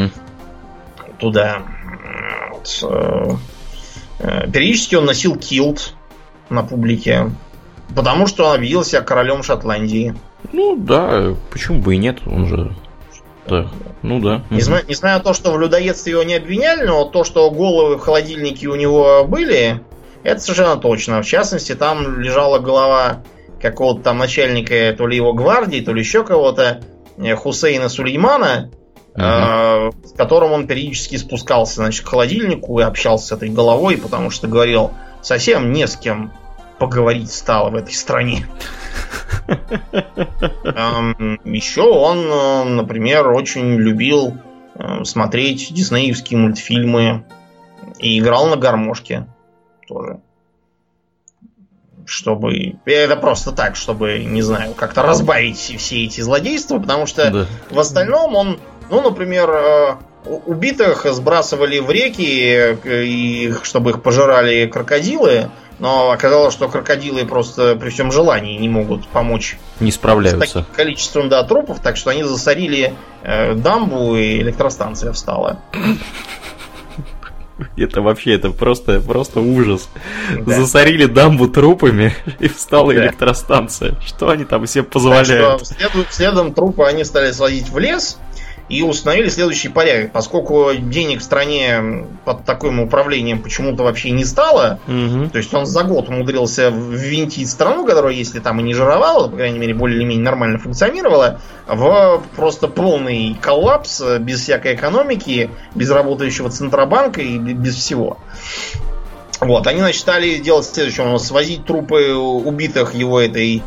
[SPEAKER 2] туда. Вот. Периодически он носил килт на публике, потому что он объявил себя королем Шотландии.
[SPEAKER 1] Ну да, почему бы и нет, он же... Да. Ну да.
[SPEAKER 2] Несмотря на то, что в людоедстве его не обвиняли, но то, что головы в холодильнике у него были... Это совершенно точно. В частности, там лежала голова какого-то там начальника то ли его гвардии, то ли еще кого-то, Хусейна Сулеймана, с которым он периодически спускался, значит, к холодильнику и общался с этой головой, потому что говорил, совсем не с кем поговорить стало в этой стране. Еще он, например, очень любил смотреть диснеевские мультфильмы и играл на гармошке. Тоже. Чтобы... Это просто так, чтобы, не знаю, как-то разбавить все эти злодейства, потому что в остальном он, ну, например, убитых сбрасывали в реки, и, чтобы их пожирали крокодилы, но оказалось, что крокодилы просто при всем желании не могут помочь.
[SPEAKER 1] Не справляются.
[SPEAKER 2] С таким количеством, да, трупов, так что они засорили дамбу, и электростанция встала.
[SPEAKER 1] Это вообще, это просто ужас. Да. Засорили дамбу трупами, и встала электростанция. Что они там себе позволяют?
[SPEAKER 2] Следом трупы они стали свозить в лес и установили следующий порядок. Поскольку денег в стране под таким управлением почему-то вообще не стало, то есть он за год умудрился ввинтить страну, которая, если там и не жировала, по крайней мере, более или менее нормально функционировала, в просто полный коллапс, без всякой экономики, без работающего Центробанка и без всего. Вот, они, значит, стали делать следующее: свозить трупы убитых его этой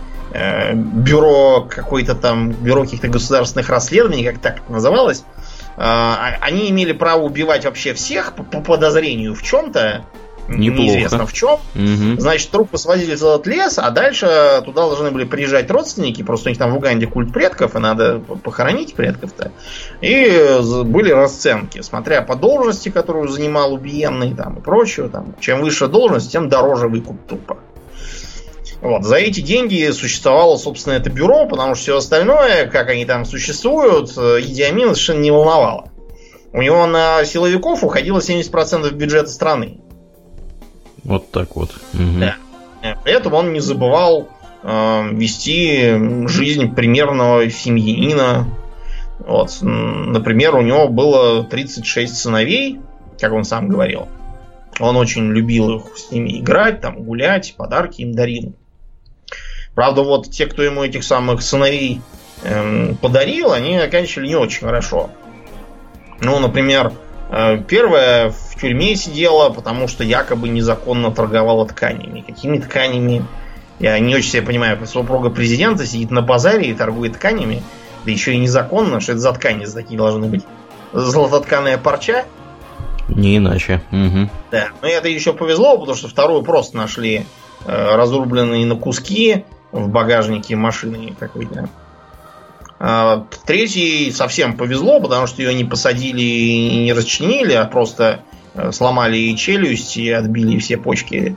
[SPEAKER 2] бюро каких-то государственных расследований, как так это называлось. Они имели право убивать вообще всех по подозрению в чем-то. Неизвестно в чем. Значит, трупы свозили в этот лес, а дальше туда должны были приезжать родственники. Просто у них там в Уганде культ предков, и надо похоронить предков-то. И были расценки, смотря по должности, которую занимал убиенный, там, и прочее. Там. Чем выше должность, тем дороже выкуп трупа. Вот. За эти деньги существовало, собственно, это бюро, потому что все остальное, как они там существуют, Иди Амин совершенно не волновало. У него на силовиков уходило 70% бюджета страны.
[SPEAKER 1] Вот так вот.
[SPEAKER 2] Да. При этом он не забывал вести жизнь примерного семьянина. Вот. Например, у него было 36 сыновей, как он сам говорил. Он очень любил их с ними играть, там, гулять, подарки им дарил. Правда, вот те, кто ему этих самых сыновей подарил, они оканчивали не очень хорошо. Ну, например, первая в тюрьме сидела, потому что якобы незаконно торговала тканями. Какими тканями? Я не очень себе понимаю, как супруга президента сидит на базаре и торгует тканями, да еще и незаконно. Что это за ткани такие должны быть? Золототканая парча?
[SPEAKER 1] Не иначе. Угу.
[SPEAKER 2] Да, но это еще повезло, потому что вторую просто нашли разрубленные на куски в багажнике машины какой-то. А третий совсем повезло, потому что ее не посадили и не расчленили, а просто сломали челюсть и отбили все почки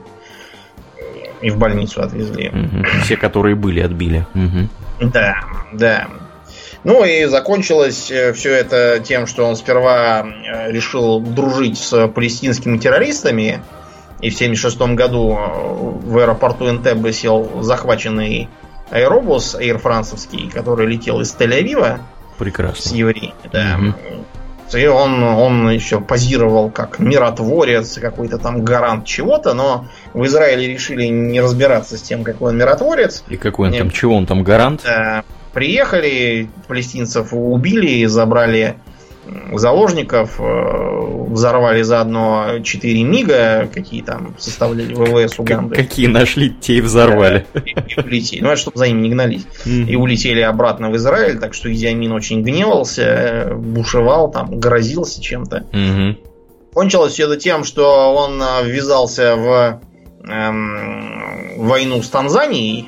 [SPEAKER 2] и в больницу отвезли.
[SPEAKER 1] Все, которые были, отбили.
[SPEAKER 2] Да, да. Ну и закончилось все это тем, что он сперва решил дружить с палестинскими террористами, и в 1976 году в аэропорту Энтебе сел захваченный аэробус аэрофрансовский, который летел из Тель-Авива.
[SPEAKER 1] Прекрасно.
[SPEAKER 2] С евреями, да. И он еще позировал как миротворец, какой-то там гарант чего-то, но в Израиле решили не разбираться с тем, какой он миротворец.
[SPEAKER 1] И какой он там, чего он там гарант?
[SPEAKER 2] Приехали, палестинцев убили, забрали заложников, взорвали заодно 4 МиГа, какие там составляли ВВС Уганды.
[SPEAKER 1] Какие нашли, те и взорвали.
[SPEAKER 2] И улетели. Ну, это чтобы за ними не гнались. И улетели обратно в Израиль, так что Иди Амин очень гневался, бушевал, там, грозился чем-то. Кончилось все это тем, что он ввязался в войну с Танзанией.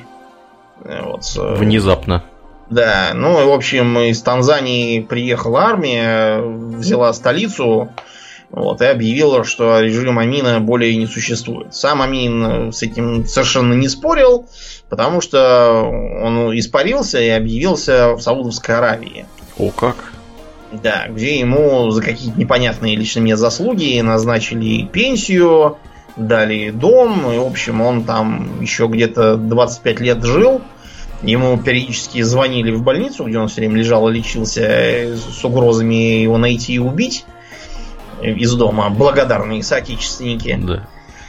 [SPEAKER 1] Внезапно.
[SPEAKER 2] Да, ну и в общем из Танзании приехала армия, взяла столицу, и объявила, что режим Амина более не существует. Сам Амин с этим совершенно не спорил, потому что он испарился и объявился в Саудовской Аравии.
[SPEAKER 1] О, как?
[SPEAKER 2] Да, где ему за какие-то непонятные лично мне заслуги назначили пенсию, дали дом, и в общем он там еще где-то 25 лет жил. Ему периодически звонили в больницу, где он все время лежал и лечился, с угрозами его найти и убить из дома. Благодарные соотечественники.
[SPEAKER 1] Да.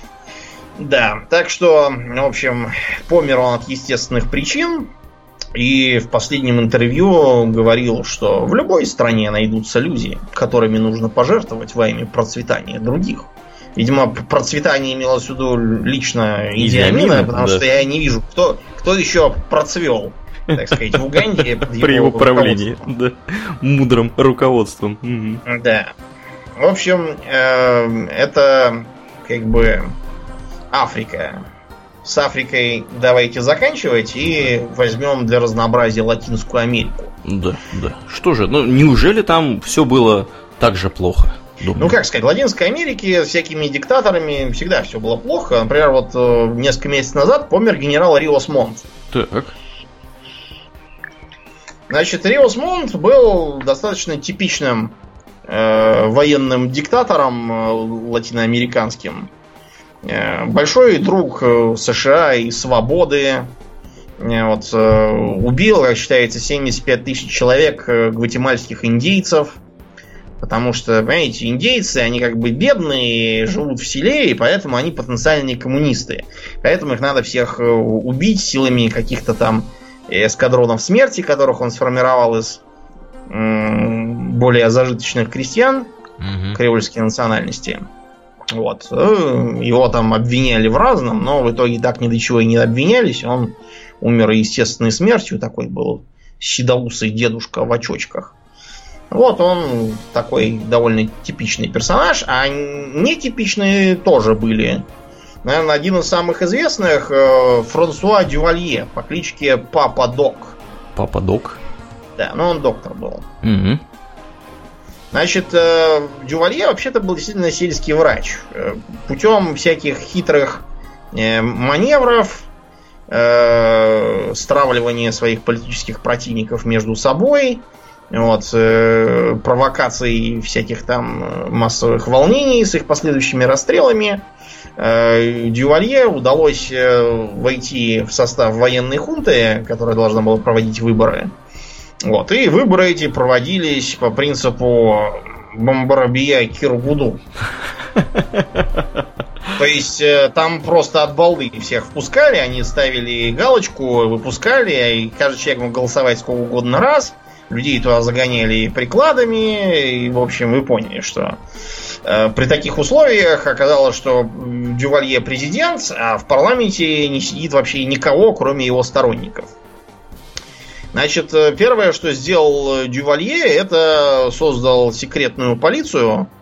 [SPEAKER 2] Да, так что, в общем, помер он от естественных причин. И в последнем интервью говорил, что в любой стране найдутся люди, которыми нужно пожертвовать во имя процветания других. Видимо, процветание имелось в виду лично Иди Амина, потому что я не вижу, кто еще процвел, так сказать, в Уганде
[SPEAKER 1] при его правлении, да, мудрым руководством.
[SPEAKER 2] Да. В общем, это как бы Африка. С Африкой давайте заканчивать и возьмем для разнообразия Латинскую Америку.
[SPEAKER 1] Да, да. Что же, неужели там все было так же плохо? Думаю.
[SPEAKER 2] Ну, как сказать, в Латинской Америке с всякими диктаторами всегда все было плохо. Например, несколько месяцев назад помер генерал Риос Монт.
[SPEAKER 1] Так.
[SPEAKER 2] Значит, Риос Монт был достаточно типичным военным диктатором латиноамериканским. Большой друг США и свободы. Убил, как считается, 75 тысяч человек гватемальских индейцев. Потому что, понимаете, индейцы, они как бы бедные, живут в селе, и поэтому они потенциальные коммунисты. Поэтому их надо всех убить силами каких-то там эскадронов смерти, которых он сформировал из более зажиточных крестьян креольской национальности. Его там обвиняли в разном, но в итоге так ни до чего и не обвинялись. Он умер естественной смертью, такой был седоусый дедушка в очочках. Он такой довольно типичный персонаж, а нетипичные тоже были. Наверное, один из самых известных Франсуа Дювалье по кличке Папа Док.
[SPEAKER 1] Папа Док?
[SPEAKER 2] Да, он доктор был.
[SPEAKER 1] Угу.
[SPEAKER 2] Значит, Дювалье вообще-то был действительно сельский врач. Путем всяких хитрых маневров, стравливания своих политических противников между собой, провокаций всяких там массовых волнений с их последующими расстрелами, Дювалье удалось войти в состав военной хунты, которая должна была проводить выборы. И выборы эти проводились по принципу Бомбарабия Киргуду. То есть там просто от балды всех впускали, они ставили галочку, выпускали, и каждый человек мог голосовать сколько угодно раз. Людей туда загоняли прикладами, и, в общем, вы поняли, что при таких условиях оказалось, что Дювалье президент, а в парламенте не сидит вообще никого, кроме его сторонников. Значит, первое, что сделал Дювалье, это создал секретную полицию,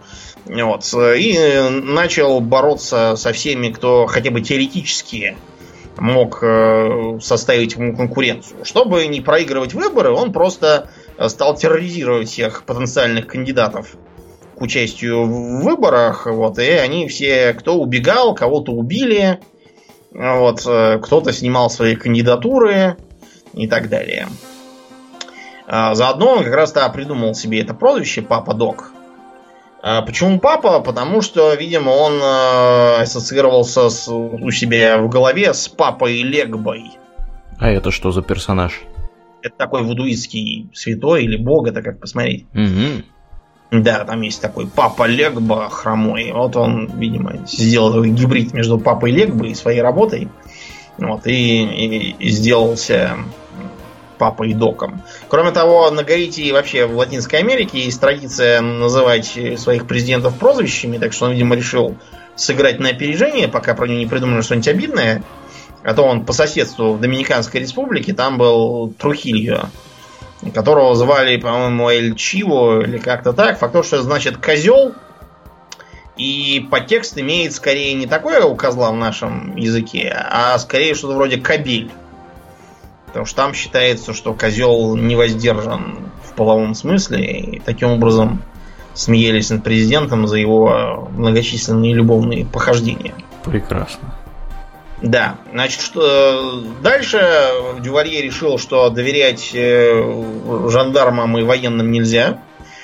[SPEAKER 2] Вот, и начал бороться со всеми, кто хотя бы теоретически мог составить ему конкуренцию. Чтобы не проигрывать выборы, он просто стал терроризировать всех потенциальных кандидатов к участию в выборах. Вот, и они все, кто убегал, кого-то убили, вот, кто-то снимал свои кандидатуры и так далее. Заодно он как раз-то придумал себе это прозвище Папа Док. Почему папа? Потому что, видимо, он ассоциировался у себя в голове с Папой Легбой.
[SPEAKER 1] А это что за персонаж?
[SPEAKER 2] Это такой вудуистский святой или бог, это как посмотреть.
[SPEAKER 1] Угу.
[SPEAKER 2] Да, там есть такой Папа Легба хромой. Вот он, видимо, сделал такой гибрид между Папой Легбой и своей работой. Вот, и сделался Папой Доком. Кроме того, на Гаити и вообще в Латинской Америке есть традиция называть своих президентов прозвищами, так что он, видимо, решил сыграть на опережение, пока про него не придумали что-нибудь обидное. А то он по соседству в Доминиканской республике, там был Трухильо, которого звали, по-моему, Эль Чиво или как-то так. Факт то, что это значит козел. И подтекст имеет скорее не такое у козла в нашем языке, а скорее что-то вроде кобель. Потому что там считается, что козел не воздержан в половом смысле. И таким образом смеялись над президентом за его многочисленные любовные похождения.
[SPEAKER 1] Прекрасно.
[SPEAKER 2] Да, значит, что дальше Дювалье решил, что доверять жандармам и военным нельзя.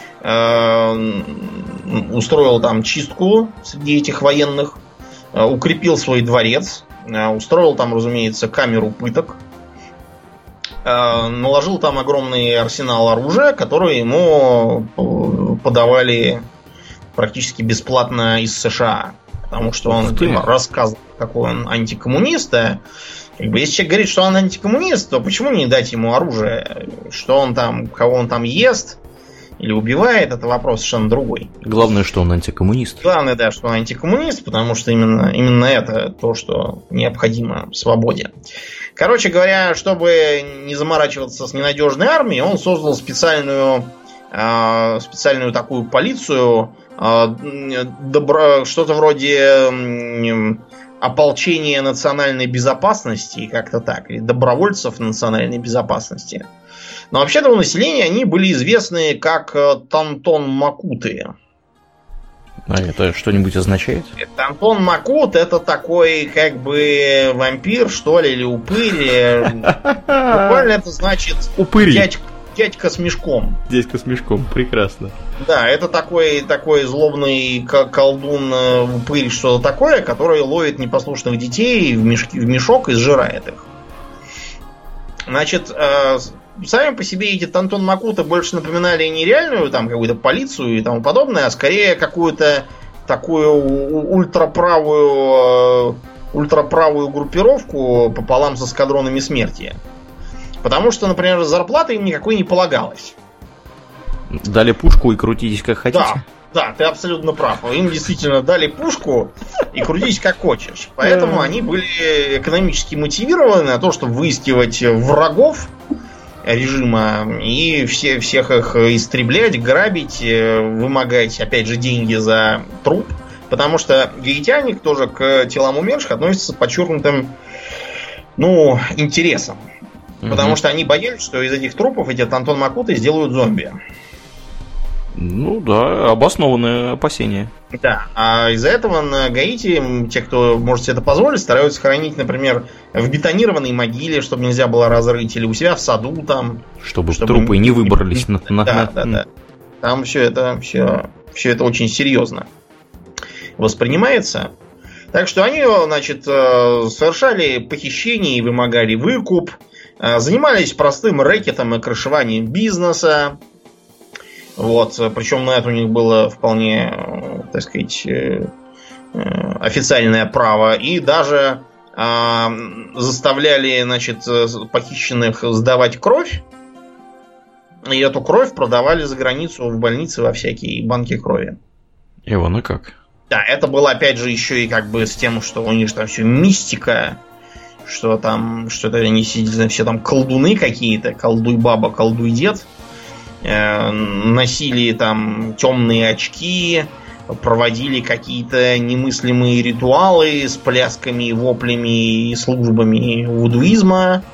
[SPEAKER 2] Устроил там чистку среди этих военных, укрепил свой дворец, устроил там, разумеется, камеру пыток, наложил там огромный арсенал оружия, которое ему подавали практически бесплатно из США. Потому что он рассказывал, какой он антикоммунист. Как бы, если человек говорит, что он антикоммунист, то почему не дать ему оружие? Что он там, кого он там ест или убивает, это вопрос совершенно другой.
[SPEAKER 1] Главное, что он антикоммунист.
[SPEAKER 2] Главное, да, что он антикоммунист, потому что именно это то, что необходимо свободе. Короче говоря, чтобы не заморачиваться с ненадежной армией, он создал специальную такую полицию, что-то вроде ополчения национальной безопасности, как-то так, или добровольцев национальной безопасности. Но вообще-то у населения они были известны как Тантон-Макуты.
[SPEAKER 1] А это что-нибудь означает?
[SPEAKER 2] Тантон Макут — это такой, как бы, вампир, что ли, или упырь. Буквально это значит дядька с мешком.
[SPEAKER 1] Дядька с мешком, прекрасно.
[SPEAKER 2] Да, это такой злобный колдун, упырь, что-то такое, который ловит непослушных детей в мешок и сжирает их. Значит, сами по себе эти Тантон Макуты больше напоминали не реальную там какую-то полицию и тому подобное, а скорее какую-то такую ультраправую группировку пополам со эскадронами смерти. Потому что, например, зарплаты им никакой не полагалось.
[SPEAKER 1] Дали пушку и крутитесь как хотите?
[SPEAKER 2] Да, ты абсолютно прав. Им действительно дали пушку и крутись как хочешь. Поэтому они были экономически мотивированы на то, чтобы выискивать врагов режима и всех их истреблять, грабить, вымогать, опять же, деньги за труп. Потому что гаитяне тоже к телам умерших относятся с подчеркнутым, интересом. Потому что они боялись, что из этих трупов эти Тантон Макуты сделают зомби.
[SPEAKER 1] Ну да, обоснованное опасение.
[SPEAKER 2] Да, а из-за этого на Гаити те, кто может себе это позволить, стараются хранить, например, в бетонированной могиле, чтобы нельзя было разрыть, или у себя в саду там.
[SPEAKER 1] Чтобы трупы не выбрались.
[SPEAKER 2] Да. Там все это очень серьезно воспринимается. Так что они, значит, совершали похищение и вымогали выкуп, занимались простым рэкетом и крышеванием бизнеса. Вот, причем на это у них было вполне, так сказать, официальное право. И даже заставляли, значит, похищенных сдавать кровь. И эту кровь продавали за границу в больнице во всякие банки крови.
[SPEAKER 1] И вон и как.
[SPEAKER 2] Да, это было опять же еще и как бы с тем, что у них там все мистика, что там, что-то они сидели, все там колдуны какие-то, колдуй баба, колдуй дед. Носили там темные очки, проводили какие-то немыслимые ритуалы с плясками, воплями и службами вудуизма,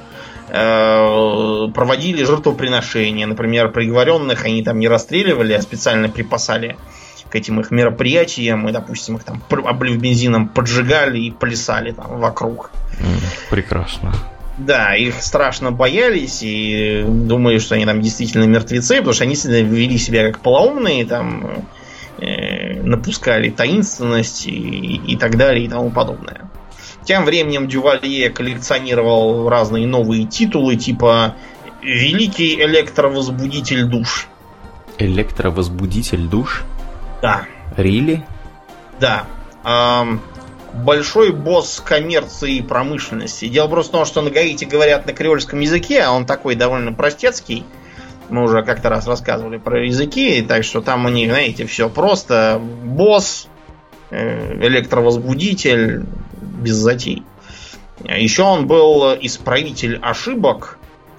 [SPEAKER 2] проводили жертвоприношения. Например, приговоренных они там не расстреливали, а специально припасали к этим их мероприятиям, и, допустим, их там облив бензином поджигали и плясали там вокруг.
[SPEAKER 1] Прекрасно.
[SPEAKER 2] Да, их страшно боялись и думали, что они там действительно мертвецы, потому что они вели себя как полоумные, там напускали таинственность и так далее и тому подобное. Тем временем Дювалье коллекционировал разные новые титулы, типа «Великий электровозбудитель душ».
[SPEAKER 1] Электровозбудитель душ?
[SPEAKER 2] Да.
[SPEAKER 1] Really?
[SPEAKER 2] Да. Большой босс коммерции и промышленности. Дело просто в том, что на Гаити говорят на креольском языке, а он такой довольно простецкий. Мы уже как-то раз рассказывали про языки, так что там у них, знаете, все просто. Босс, электровозбудитель, без затей. Еще он был исправитель ошибок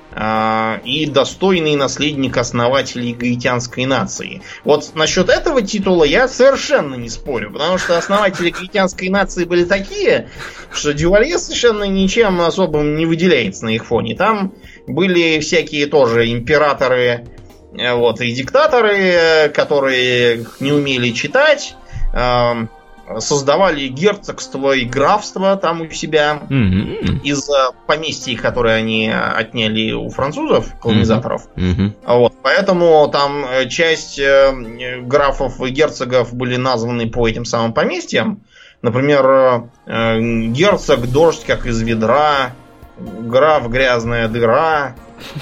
[SPEAKER 2] и достойный наследник основателей гаитянской нации. Вот насчет этого титула я совершенно не спорю, потому что основатели гаитянской нации были такие, что Дювалье совершенно ничем особым не выделяется на их фоне. Там были всякие тоже императоры, вот, и диктаторы, которые не умели читать, создавали герцогство и графство там у себя из поместий, которые они отняли у французов, колонизаторов. Вот, поэтому там часть графов и герцогов были названы по этим самым поместьям. Например, герцог дождь как из ведра, граф грязная дыра,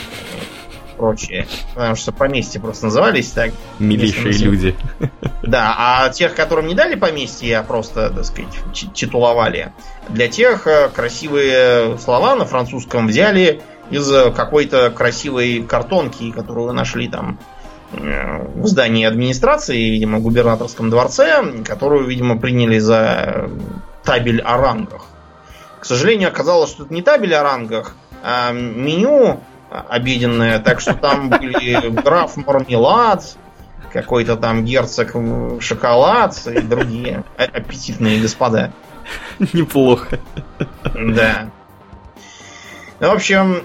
[SPEAKER 2] прочее. Потому что поместья просто назывались так.
[SPEAKER 1] Милейшие люди.
[SPEAKER 2] Да, а тех, которым не дали поместья, а просто, так сказать, титуловали, для тех красивые слова на французском взяли из какой-то красивой картонки, которую нашли там в здании администрации, видимо, в губернаторском дворце, которую, видимо, приняли за табель о рангах. К сожалению, оказалось, что это не табель о рангах, а меню обеденное, так что там были граф Мармелад, какой-то там герцог Шоколад и другие аппетитные господа.
[SPEAKER 1] Неплохо.
[SPEAKER 2] Да. Ну, в общем,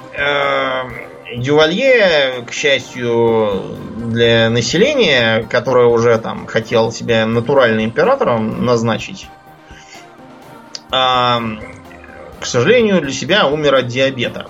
[SPEAKER 2] Дювалье, к счастью для населения, которое уже там хотел себя натуральным императором назначить, к сожалению, для себя умер от диабета.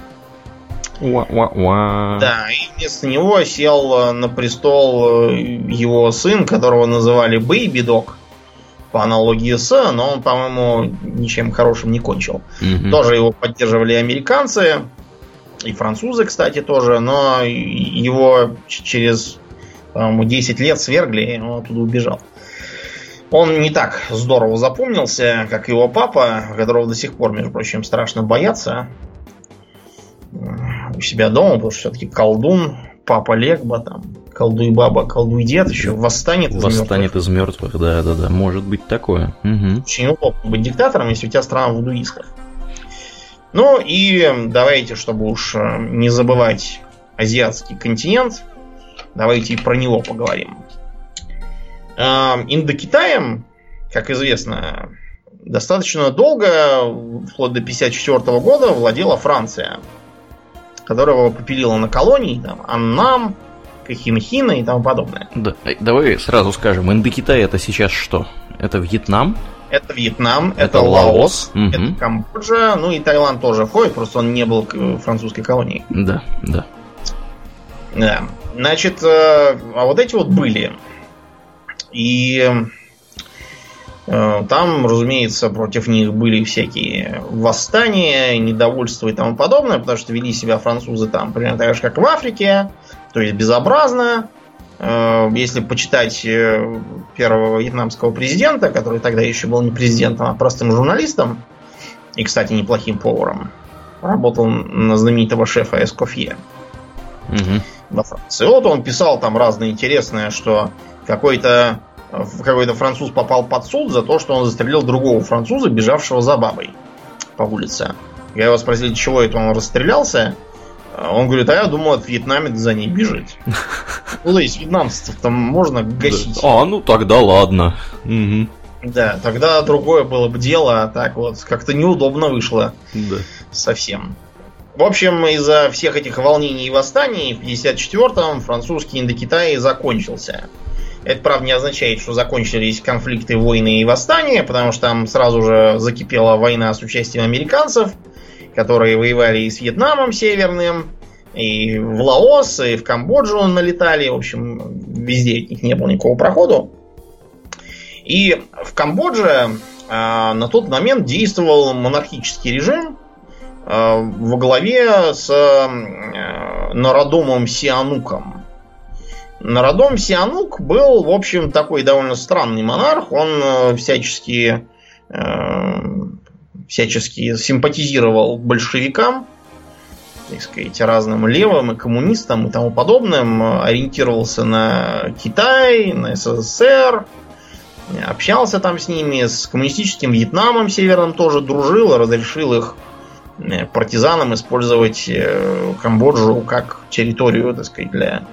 [SPEAKER 2] Да, и вместо него сел на престол его сын, которого называли Бэйби Дог, по аналогии с, но он, по-моему, ничем хорошим не кончил. Тоже его поддерживали американцы, и французы, кстати, тоже, но его через, по-моему, 10 лет свергли, и он оттуда убежал. Он не так здорово запомнился, как его папа, которого до сих пор, между прочим, страшно боятся у себя дома, потому что все-таки колдун, папа Легба, там, колдуй баба, колдуй дед, еще восстанет
[SPEAKER 1] из мертвых. Да, может быть такое.
[SPEAKER 2] Очень удобно быть диктатором, если у тебя страна вудуистов. Ну и давайте, чтобы уж не забывать азиатский континент, давайте и про него поговорим. Индокитаем, как известно, достаточно долго, вплоть до 1954 года, владела Франция, которого попилила на колонии, там, Аннам, Кохинхина и тому подобное.
[SPEAKER 1] Да, давай сразу скажем, Индокитай это сейчас что? Это Вьетнам?
[SPEAKER 2] Это Вьетнам, это Лаос, это Камбоджа, ну и Таиланд тоже входит, просто он не был французской колонией.
[SPEAKER 1] Да.
[SPEAKER 2] Значит, а вот эти вот были. И там, разумеется, против них были всякие восстания, недовольства и тому подобное, потому что вели себя французы там примерно так же, как в Африке, то есть безобразно. Если почитать первого вьетнамского президента, который тогда еще был не президентом, а простым журналистом, и, кстати, неплохим поваром, работал на знаменитого шефа Эскофье во Франции. Вот он писал там разное интересное, что какой-то француз попал под суд за то, что он застрелил другого француза, бежавшего за бабой по улице. Я его спросил, чего это он расстрелялся. Он говорит, а я думал, от вьетнамец за ней бежит. Ну, то есть вьетнамцев там можно гасить.
[SPEAKER 1] А, ну тогда ладно.
[SPEAKER 2] Да, тогда другое было бы дело, а так вот как-то неудобно вышло совсем. В общем, из-за всех этих волнений и восстаний в 1954-м французский Индокитай закончился. Это, правда, не означает, что закончились конфликты, войны и восстания, потому что там сразу же закипела война с участием американцев, которые воевали и с Вьетнамом Северным, и в Лаос, и в Камбоджу налетали. В общем, везде от них не было никакого проходу. И в Камбодже на тот момент действовал монархический режим во главе с Нородомом Сиануком. Нородом Сианук был, в общем, такой довольно странный монарх. Он всячески симпатизировал большевикам, так сказать, разным левым и коммунистам и тому подобным, ориентировался на Китай, на СССР, общался там с ними, с коммунистическим Вьетнамом Северным тоже дружил и разрешил их партизанам использовать Камбоджу как территорию, так сказать,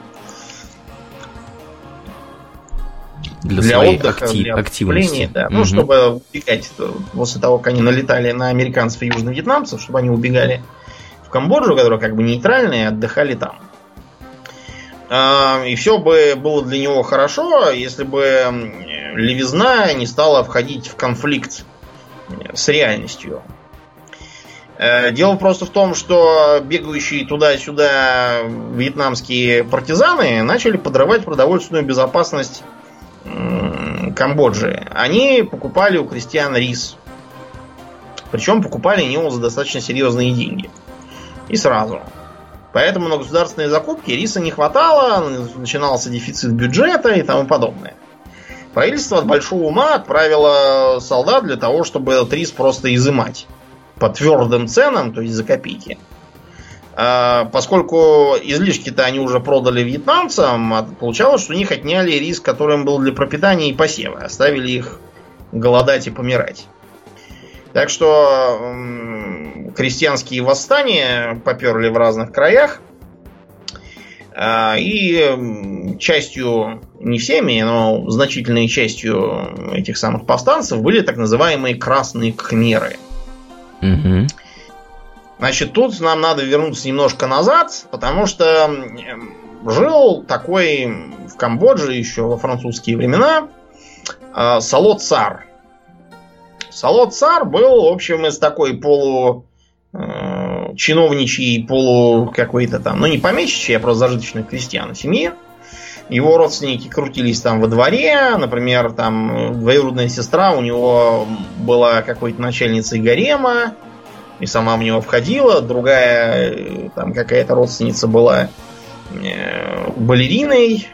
[SPEAKER 2] для
[SPEAKER 1] своей
[SPEAKER 2] отдыха, для
[SPEAKER 1] активности.
[SPEAKER 2] Да. Ну, чтобы убегать после того, как они налетали на американцев и южно-вьетнамцев, чтобы они убегали в Камбоджу, которая как бы нейтральная, и отдыхали там. И все бы было для него хорошо, если бы левизна не стала входить в конфликт с реальностью. Дело просто в том, что бегающие туда-сюда вьетнамские партизаны начали подрывать продовольственную безопасность Камбоджи. Они покупали у крестьян рис. Причем покупали его за достаточно серьезные деньги. И сразу. Поэтому на государственные закупки риса не хватало, начинался дефицит бюджета и тому подобное. Правительство от большого ума отправило солдат для того, чтобы этот рис просто изымать. По твердым ценам, то есть за копейки. Поскольку излишки-то они уже продали вьетнамцам, получалось, что у них отняли рис, который им был для пропитания и посева. Оставили их голодать и помирать. Так что крестьянские восстания поперли в разных краях. И частью, не всеми, но значительной частью этих самых повстанцев были так называемые красные кхмеры.
[SPEAKER 1] Угу.
[SPEAKER 2] Значит, тут нам надо вернуться немножко назад, потому что жил такой в Камбодже еще во французские времена Сало Цар. Сало Цар был, в общем, из такой чиновничьей, какой-то там, ну не помещичьей, а просто зажиточных крестьян семьи. Его родственники крутились там во дворе, например, там двоюродная сестра у него была какой-то начальницей гарема, и сама в него входила, другая там какая-то родственница была балериной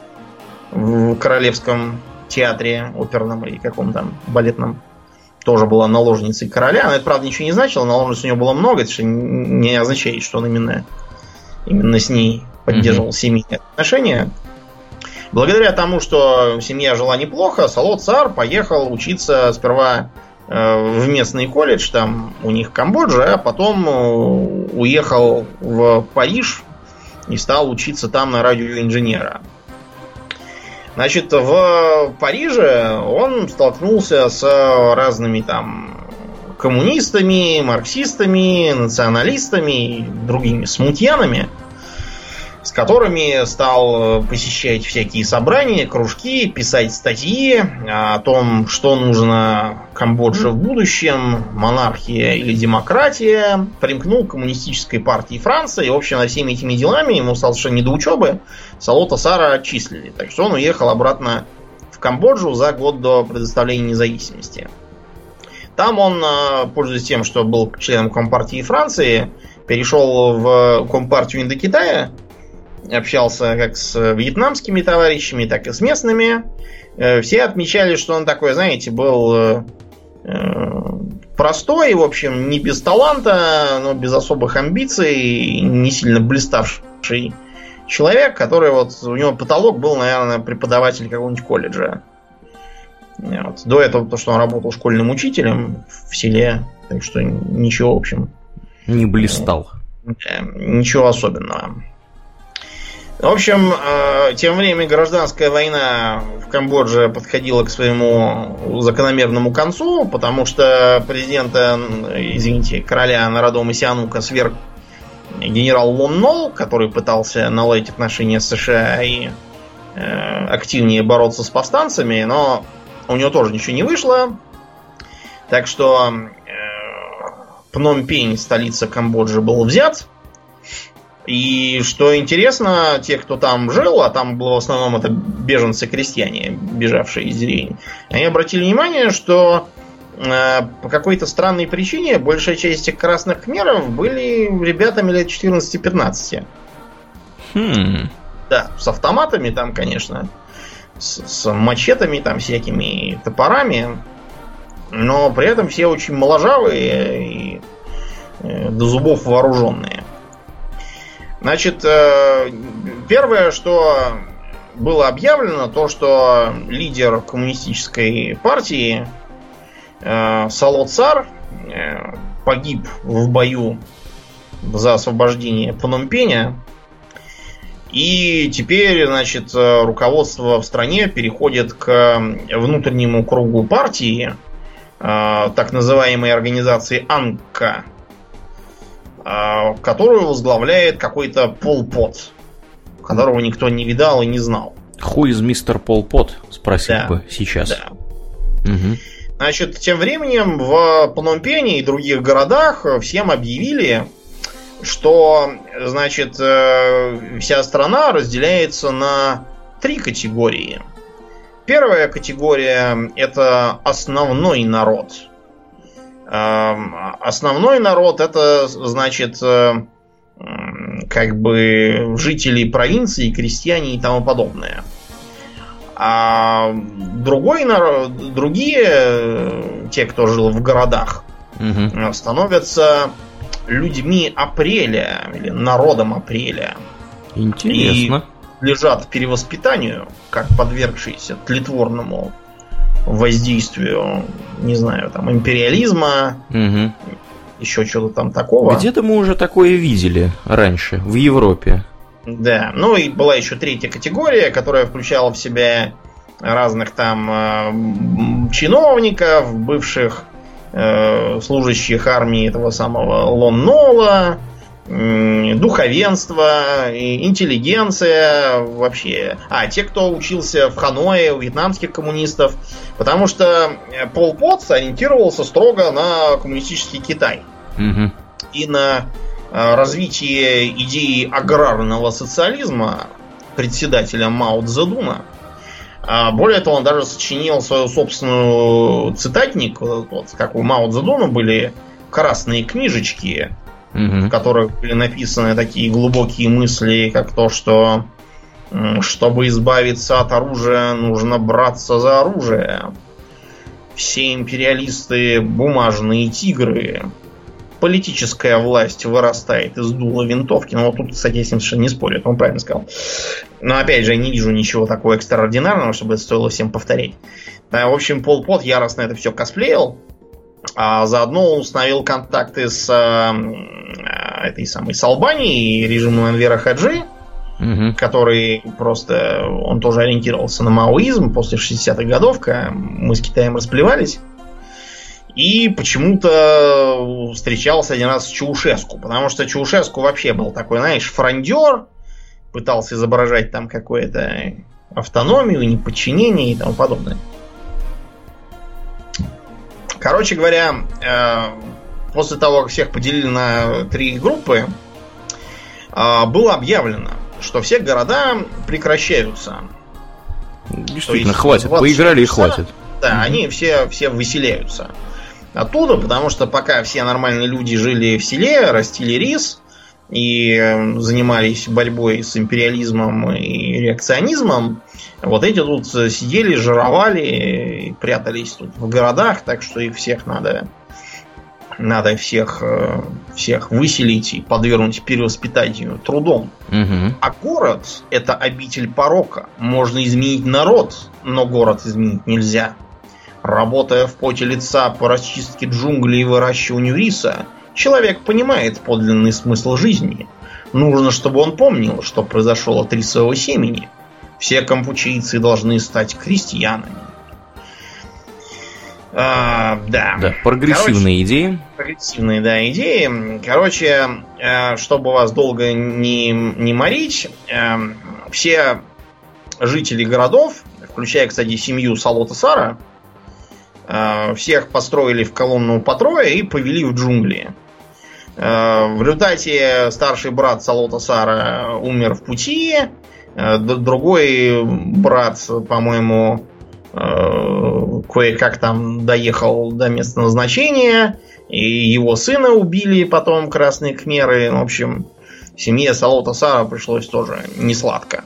[SPEAKER 2] в Королевском театре оперном или каком там балетном. Тоже была наложницей короля. Но это, правда, ничего не значило. Наложниц у него было много. Это не означает, что он именно с ней поддерживал семейные отношения. Благодаря тому, что семья жила неплохо, Сало Цар поехал учиться сперва в местный колледж, там у них в Камбодже, а потом уехал в Париж и стал учиться там на радиоинженера. Значит, в Париже он столкнулся с разными там коммунистами, марксистами, националистами и другими смутьянами, с которыми стал посещать всякие собрания, кружки, писать статьи о том, что нужно Камбодже в будущем, монархия или демократия. Примкнул к коммунистической партии Франции. И, в общем, над всеми этими делами ему стало совершенно не до учебы. Сало Цара отчислили. Так что он уехал обратно в Камбоджу за год до предоставления независимости. Там он, пользуясь тем, что был членом Компартии Франции, перешел в Компартию Индокитая, общался как с вьетнамскими товарищами, так и с местными. Все отмечали, что он такой, знаете, был простой, в общем, не без таланта, но без особых амбиций, не сильно блиставший человек, который вот, у него потолок был, наверное, преподаватель какого-нибудь колледжа. Вот. До этого то, что он работал школьным учителем в селе, так что ничего, в общем.
[SPEAKER 1] Не блистал.
[SPEAKER 2] Ничего особенного. В общем, тем временем гражданская война в Камбодже подходила к своему закономерному концу, потому что короля Норадома Сианука сверг генерал Лон Нол, который пытался наладить отношения с США и активнее бороться с повстанцами, но у него тоже ничего не вышло. Так что Пномпень, столица Камбоджи, был взят. И что интересно, те, кто там жил, а там было в основном это беженцы-крестьяне, бежавшие из деревень, они обратили внимание, что по какой-то странной причине большая часть этих красных кхмеров были ребятами лет 14-15. Да, с автоматами там, конечно, с мачетами там всякими, топорами, но при этом все очень моложавые и до зубов вооруженные. Значит, первое, что было объявлено, то, что лидер коммунистической партии Сало Цар погиб в бою за освобождение Пномпеня. И теперь, значит, руководство в стране переходит к внутреннему кругу партии, так называемой организации Анка, которую возглавляет какой-то Пол Пот, которого никто не видал и не знал.
[SPEAKER 1] Who is Mr. Пол Пот? Спросил бы сейчас. Да.
[SPEAKER 2] Угу. Значит, тем временем в Пномпене и других городах всем объявили, что, значит, вся страна разделяется на 3 категории. Первая категория – это основной народ. Основной народ – это, значит, как бы жители провинции, крестьяне и тому подобное. А другой народ, другие, те, кто жил в городах, становятся людьми апреля или народом апреля.
[SPEAKER 1] Интересно.
[SPEAKER 2] И лежат перевоспитанию, как подвергшиеся тлетворному воздействию, не знаю, там, империализма, еще что-то там такого.
[SPEAKER 1] Где-то мы уже такое видели раньше, в Европе.
[SPEAKER 2] Да, ну и была еще 3-я категория, которая включала в себя разных там чиновников, бывших служащих армии этого самого Лон Нола, духовенство, интеллигенция вообще. А те, кто учился в Ханое у вьетнамских коммунистов, потому что Пол Пот ориентировался строго на коммунистический Китай и на развитие идеи аграрного социализма председателя Мао Цзэдуна. Более того, он даже сочинил свою собственную цитатник, вот, как у Мао Цзэдуна были красные книжечки, в которых были написаны такие глубокие мысли, как то, что чтобы избавиться от оружия, нужно браться за оружие. Все империалисты — бумажные тигры. Политическая власть вырастает из дула винтовки. Ну, вот тут, кстати, я с ним совершенно не спорю, это он правильно сказал. Но, опять же, я не вижу ничего такого экстраординарного, чтобы это стоило всем повторять. В общем, Пол Пот яростно это все косплеил, а заодно он установил контакты с этой самой с Албанией и режимом Энвера Хаджи, который просто, он тоже ориентировался на маоизм после 60-х годов, когда мы с Китаем расплевались. И почему-то встречался один раз с Чаушеску, потому что Чаушеску вообще был такой, знаешь, фрондер, пытался изображать там какую-то автономию, неподчинение и тому подобное. Короче говоря, после того, как всех поделили на 3 группы, было объявлено, что все города прекращаются.
[SPEAKER 1] Действительно, хватит, поиграли и хватит.
[SPEAKER 2] Да, они все выселяются оттуда, потому что пока все нормальные люди жили в селе, растили рис и занимались борьбой с империализмом и реакционизмом, вот эти тут сидели, жировали, прятались тут в городах, так что их всех надо всех выселить и подвергнуть перевоспитанию трудом. А город — это обитель порока. Можно изменить народ, но город изменить нельзя. Работая в поте лица по расчистке джунглей и выращиванию риса, Человек понимает подлинный смысл жизни. Нужно, чтобы он помнил, что произошло от рисового семени. Все кампучийцы должны стать крестьянами. Да,
[SPEAKER 1] прогрессивные идеи.
[SPEAKER 2] Прогрессивные, да, идеи. Короче, чтобы вас долго не морить, все жители городов, включая, кстати, семью Салота Сара, всех построили в колонну по трое и повели в джунгли. В результате старший брат Салота Сара умер в пути, другой брат, по-моему, кое-как там доехал до места назначения, и его сына убили потом красные кхмеры. В общем, семье Салота Сара пришлось тоже несладко.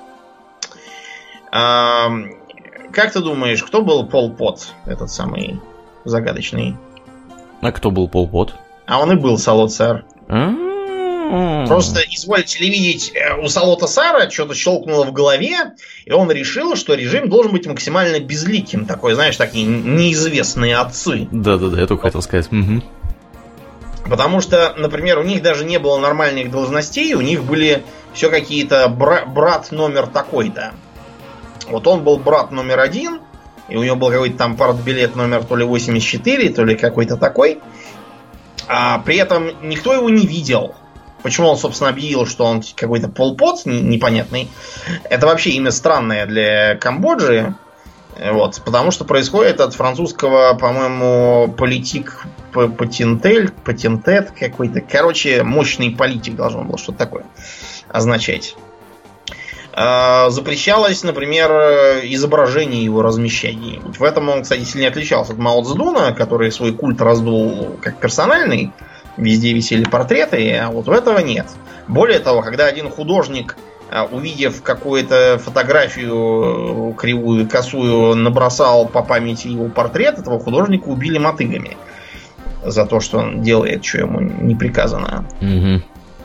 [SPEAKER 2] Как ты думаешь, кто был Пол Пот, этот самый загадочный?
[SPEAKER 1] А кто был Пол Пот?
[SPEAKER 2] А он и был Салот Сар. Просто, извольте ли видеть, у Салота Сара что-то щелкнуло в голове, и он решил, что режим должен быть максимально безликим. Такой, знаешь, такие неизвестные отцы.
[SPEAKER 1] Да-да-да, я только хотел сказать. Угу.
[SPEAKER 2] Потому что, например, у них даже не было нормальных должностей, у них были все какие-то брат номер такой-то. Вот он был брат номер 1, и у него был какой-то там партбилет номер то ли 84, то ли какой-то такой. А при этом никто его не видел. Почему он, собственно, объявил, что он какой-то Пол Пот непонятный? Это вообще имя странное для Камбоджи. Вот, потому что происходит от французского, по-моему, политик патентет какой-то. Короче, мощный политик должен был что-то такое означать. Запрещалось, например, изображение его размещать где-нибудь. В этом он, кстати, сильно отличался от Мао Цзэдуна, который свой культ раздул как персональный. Везде висели портреты, а вот у этого нет. Более того, когда один художник, увидев какую-то фотографию кривую, косую, набросал по памяти его портрет, этого художника убили мотыгами. За то, что он делает, что ему не приказано.
[SPEAKER 1] Угу.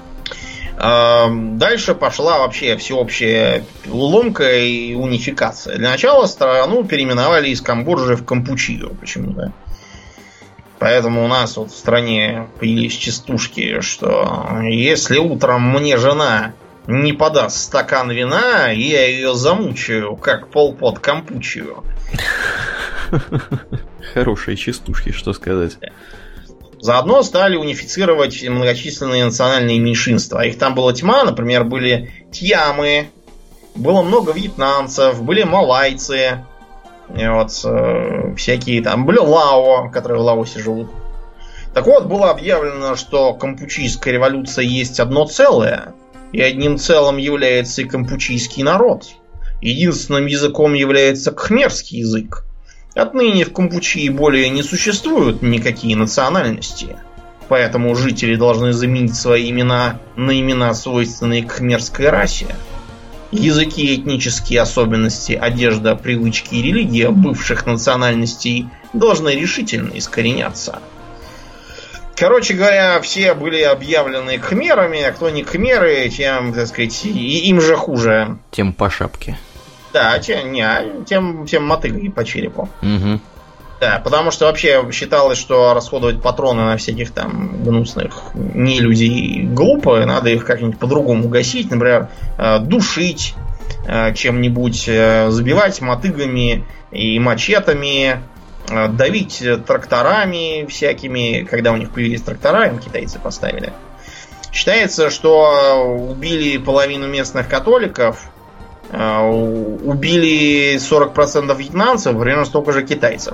[SPEAKER 2] Дальше пошла вообще всеобщая ломка и унификация. Для начала страну переименовали из Камбоджи в Кампучию почему-то. Поэтому у нас вот в стране появились частушки, что если утром мне жена не подаст стакан вина, я ее замучаю, как Пол Пот Кампучию.
[SPEAKER 1] Хорошие частушки, что сказать.
[SPEAKER 2] Заодно стали унифицировать многочисленные национальные меньшинства. Их там была тьма, например, были тьямы, было много вьетнамцев, были малайцы, и вот всякие там, были лао, которые в Лаосе живут. Так вот, было объявлено, что кампучийская революция есть одно целое, и одним целым является и кампучийский народ. Единственным языком является кхмерский язык. Отныне в Кампучии более не существуют никакие национальности, поэтому жители должны заменить свои имена на имена, свойственные кхмерской расе. Языки, этнические особенности, одежда, привычки и религия бывших национальностей должны решительно искореняться. Короче говоря, все были объявлены кхмерами, а кто не кхмеры, тем, так сказать, им же хуже.
[SPEAKER 1] Тем по шапке.
[SPEAKER 2] Да, тем мотыгой по черепу.
[SPEAKER 1] Угу.
[SPEAKER 2] Да, потому что вообще считалось, что расходовать патроны на всяких там гнусных нелюдей глупо, надо их как-нибудь по-другому гасить, например, душить чем-нибудь, забивать мотыгами и мачетами, давить тракторами всякими, когда у них появились трактора, им китайцы поставили. Считается, что убили половину местных католиков, убили 40% вьетнамцев, примерно столько же китайцев.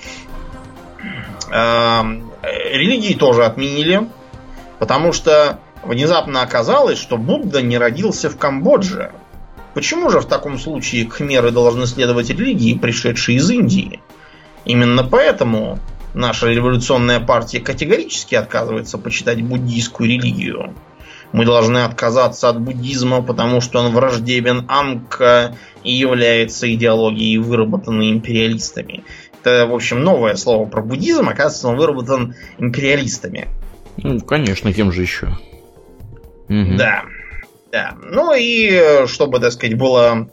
[SPEAKER 2] Религии тоже отменили, потому что внезапно оказалось, что Будда не родился в Камбодже. Почему же в таком случае кхмеры должны следовать религии, пришедшей из Индии? Именно поэтому наша революционная партия категорически отказывается почитать буддийскую религию. Мы должны отказаться от буддизма, потому что он враждебен Ангка и является идеологией, выработанной империалистами. Это, в общем, новое слово про буддизм. Оказывается, он выработан империалистами.
[SPEAKER 1] Ну, конечно, кем же еще? Угу.
[SPEAKER 2] Да. Ну и, чтобы, так сказать, было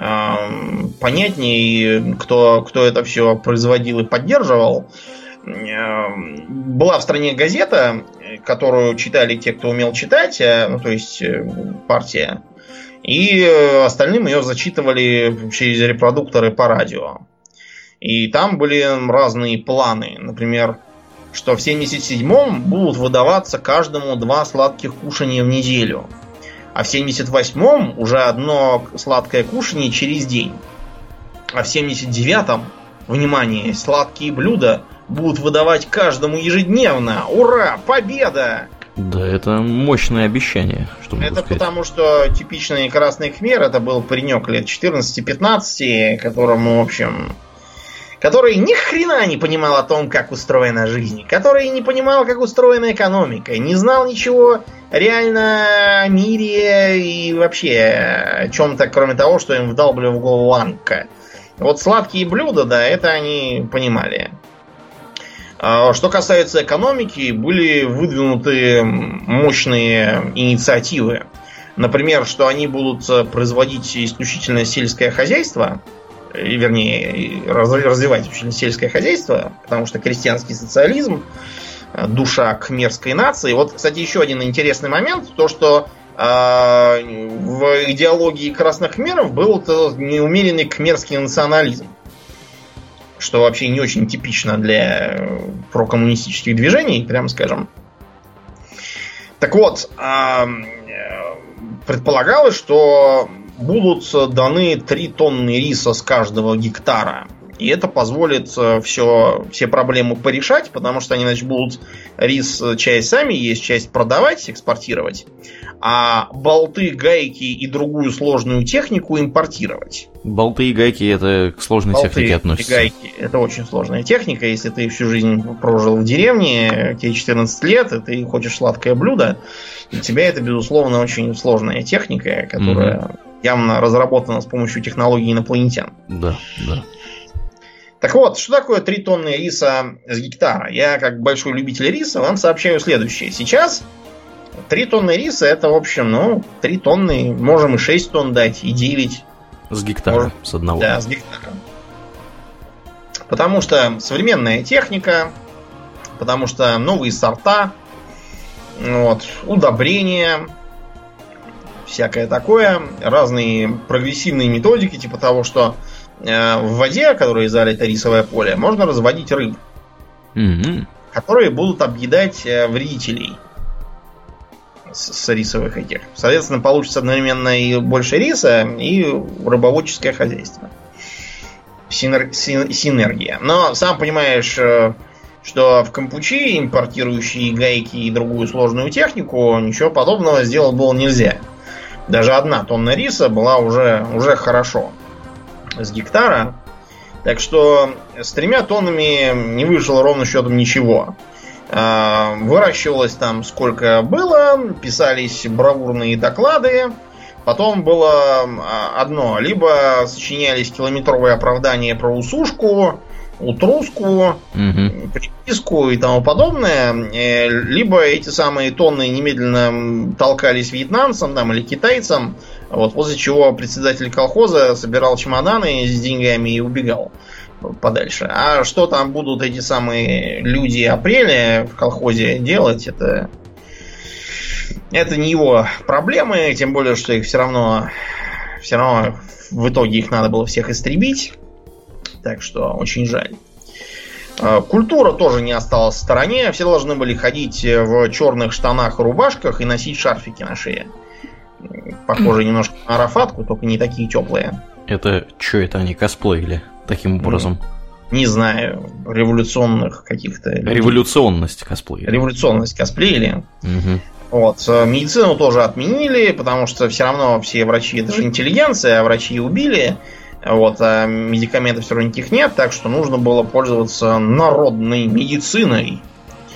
[SPEAKER 2] понятнее, кто это все производил и поддерживал, была в стране газета которую читали те, кто умел читать, ну, то есть партия, и остальным ее зачитывали через репродукторы по радио. И там были разные планы. Например, что в 77-м будут выдаваться каждому 2 сладких кушания в неделю. А в 78-м уже одно сладкое кушание через день. А в 79-м, внимание, сладкие блюда будут выдавать каждому ежедневно. Ура! Победа!
[SPEAKER 1] Да, это мощное обещание.
[SPEAKER 2] Это потому, что типичный красный кхмер, это был паренек лет 14-15, которому, в общем... который ни хрена не понимал о том, как устроена жизнь, который не понимал, как устроена экономика, не знал ничего реально о мире и вообще о чем-то, кроме того, что им вдалбливал в голову Анка. Вот сладкие блюда, да, это они понимали. Что касается экономики, были выдвинуты мощные инициативы. Например, что они будут производить исключительно сельское хозяйство, вернее, развивать сельское хозяйство, потому что крестьянский социализм, душа кхмерской нации. Вот, кстати, еще один интересный момент, то, что в идеологии красных кхмеров был неумеренный кхмерский национализм, что вообще не очень типично для прокоммунистических движений, прямо скажем. Так вот, предполагалось, что будут даны 3 тонны риса с каждого гектара. И это позволит все проблемы порешать, потому что они, значит, будут рис часть сами есть, часть продавать, экспортировать, а болты, гайки и другую сложную технику импортировать.
[SPEAKER 1] Болты и гайки это к сложной технике относятся.
[SPEAKER 2] Болты и гайки это очень сложная техника. Если ты всю жизнь прожил в деревне, тебе 14 лет, и ты хочешь сладкое блюдо, для тебя это, безусловно, очень сложная техника, которая явно разработана с помощью технологий инопланетян.
[SPEAKER 1] Да, да.
[SPEAKER 2] Так вот, что такое 3 тонны риса с гектара? Я, как большой любитель риса, вам сообщаю следующее. Сейчас 3 тонны риса, это, в общем, 3 тонны, можем и 6 тонн дать, и 9.
[SPEAKER 1] С гектара, с одного.
[SPEAKER 2] Да, с гектара. Потому что современная техника, потому что новые сорта, удобрения, всякое такое, разные прогрессивные методики, типа того, что в воде, которой залито рисовое поле, можно разводить рыб, которые будут объедать вредителей с рисовых этих. Соответственно, получится одновременно и больше риса, и рыбоводческое хозяйство. Синергия. Но сам понимаешь, что в Кампучи, импортирующие гайки и другую сложную технику, ничего подобного сделать было нельзя. Даже 1 тонна риса была уже хорошо с гектара. Так что с 3 тоннами не вышло ровно счетом ничего. Выращивалось там сколько было, писались бравурные доклады. Потом было одно: либо сочинялись километровые оправдания про усушку, утруску, приписку и тому подобное, либо эти самые тонны немедленно толкались вьетнамцам или китайцам, после чего председатель колхоза собирал чемоданы с деньгами и убегал подальше. А что там будут эти самые люди апреля в колхозе делать, это не его проблемы, тем более, что их все равно в итоге их надо было всех истребить. Так что очень жаль. Культура тоже не осталась в стороне. Все должны были ходить в черных штанах и рубашках и носить шарфики на шее. Похоже немножко на арафатку, только не такие теплые.
[SPEAKER 1] Это что это они косплеили таким образом?
[SPEAKER 2] Не знаю. Революционных каких-то...
[SPEAKER 1] Революционность косплеили.
[SPEAKER 2] Революционность косплеили. Медицину тоже отменили, потому что все равно все врачи это же интеллигенция, а врачи убили. А медикаментов все равно никаких нет, так что нужно было пользоваться народной медициной.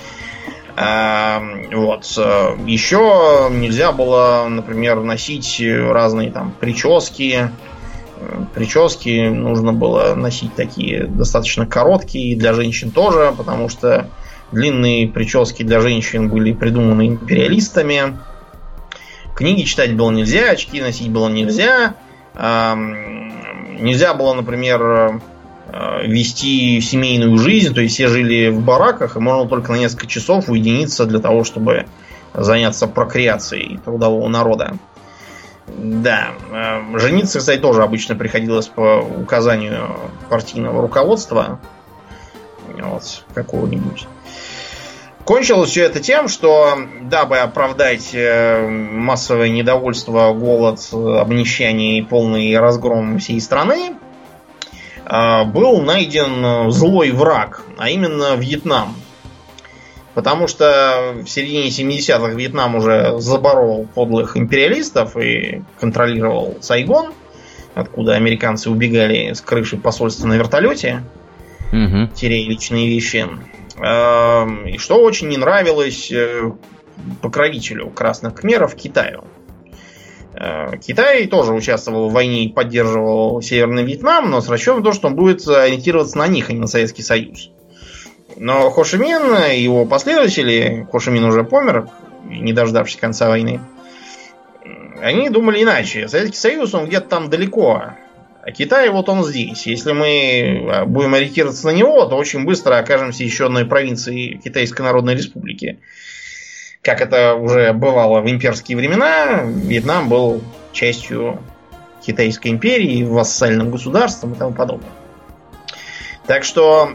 [SPEAKER 2] Еще нельзя было, например, носить разные там прически. Прически нужно было носить такие достаточно короткие, для женщин тоже, потому что длинные прически для женщин были придуманы империалистами. Книги читать было нельзя, очки носить было нельзя. Нельзя было, например, вести семейную жизнь, то есть все жили в бараках, и можно только на несколько часов уединиться для того, чтобы заняться прокреацией трудового народа. Да, жениться, кстати, тоже обычно приходилось по указанию партийного руководства, вот, какого-нибудь. Кончилось все это тем, что, дабы оправдать массовое недовольство, голод, обнищание и полный разгром всей страны, был найден злой враг, а именно Вьетнам. Потому что в середине 70-х Вьетнам уже заборол подлых империалистов и контролировал Сайгон, откуда американцы убегали с крыши посольства на вертолете, теряя личные вещи. И что очень не нравилось покровителю красных кхмеров Китаю. Китай тоже участвовал в войне и поддерживал Северный Вьетнам, но с расчетом на то, что он будет ориентироваться на них, а не на Советский Союз. Но Хо Ши Мин и его последователи, Хо Ши Мин уже помер, не дождавшись конца войны, они думали иначе. Советский Союз, он где-то там далеко, а Китай вот он здесь. Если мы будем ориентироваться на него, то очень быстро окажемся еще одной провинцией Китайской Народной Республики. Как это уже бывало в имперские времена, Вьетнам был частью Китайской империи, вассальным государством и тому подобное. Так что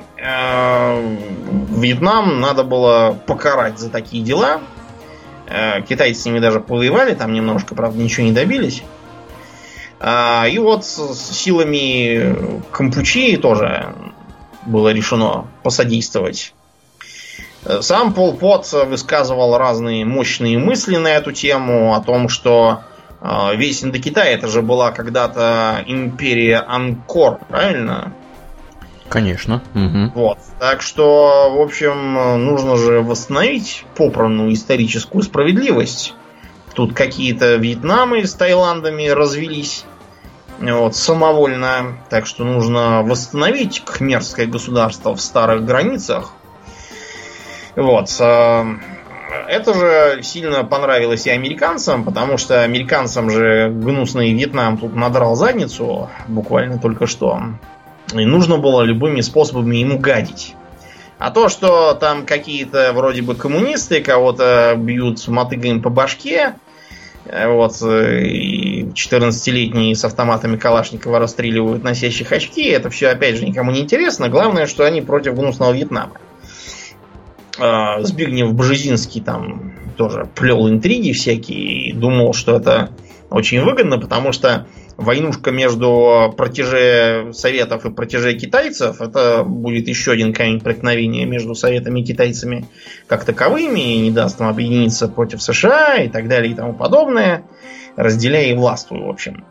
[SPEAKER 2] Вьетнам надо было покарать за такие дела. Китайцы с ними даже повоевали, там немножко, правда, ничего не добились. И вот с силами Кампучии тоже было решено посодействовать. Сам Пол Пот высказывал разные мощные мысли на эту тему, о том, что весь Индокитай это же была когда-то империя Анкор, правильно?
[SPEAKER 1] Конечно. Угу.
[SPEAKER 2] Вот. Так что, в общем, нужно же восстановить попранную историческую справедливость. Тут какие-то Вьетнамы с Таиландами развелись вот, самовольно. Так что нужно восстановить кхмерское государство в старых границах. Вот. Это же сильно понравилось и американцам, потому что американцам же гнусный Вьетнам тут надрал задницу буквально только что. И нужно было любыми способами ему гадить. А то, что там какие-то вроде бы коммунисты кого-то бьют мотыгами по башке, вот, и 14-летние с автоматами Калашникова расстреливают носящих очки, это все опять же никому не интересно. Главное, что они против гнусного Вьетнама. Збигнев Бжезинский там тоже плел интриги всякие и думал, что это очень выгодно, потому что войнушка между протеже Советов и протеже китайцев, это будет еще один камень преткновения между Советами и китайцами как таковыми, и не даст им объединиться против США и так далее и тому подобное, разделяя и властвуя, в общем.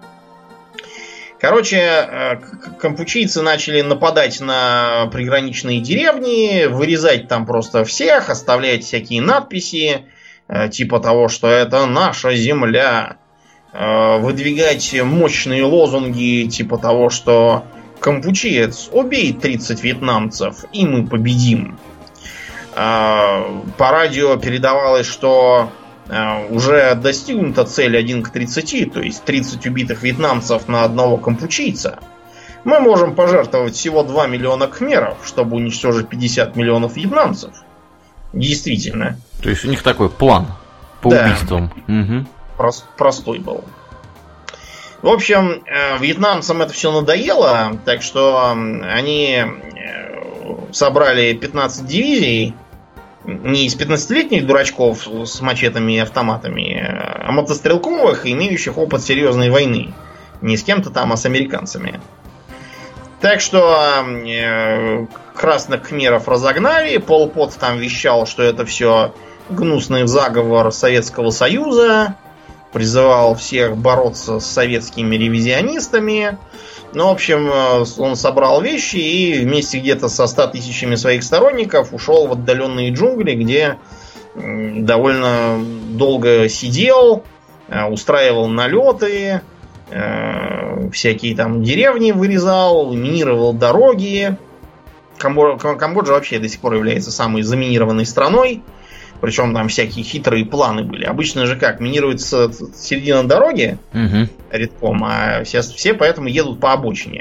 [SPEAKER 2] Короче, кампучийцы начали нападать на приграничные деревни, вырезать там просто всех, оставлять всякие надписи, типа того, что это наша земля, выдвигать мощные лозунги типа того, что кампучиец, убей 30 вьетнамцев, и мы победим. По радио передавалось, что уже достигнута цель 1 к 30, то есть 30 убитых вьетнамцев на одного кампучийца. Мы можем пожертвовать всего 2 миллиона кхмеров, чтобы уничтожить 50 миллионов вьетнамцев. Действительно.
[SPEAKER 1] То есть у них такой план по убийствам. Угу.
[SPEAKER 2] Простой был. В общем, вьетнамцам это все надоело, так что они собрали 15 дивизий, не из 15-летних дурачков с мачетами и автоматами, а мотострелковых, имеющих опыт серьезной войны. Не с кем-то там, а с американцами. Так что красных кхмеров разогнали, Пол Пот там вещал, что это все гнусный заговор Советского Союза, призывал всех бороться с советскими ревизионистами. Ну, в общем, он собрал вещи и вместе где-то со 100 тысячами своих сторонников ушел в отдаленные джунгли, где довольно долго сидел, устраивал налеты, всякие там деревни вырезал, минировал дороги. Камбоджа вообще до сих пор является самой заминированной страной. Причем там всякие хитрые планы были. Обычно же как, минируется середина дороги редком, а все поэтому едут по обочине.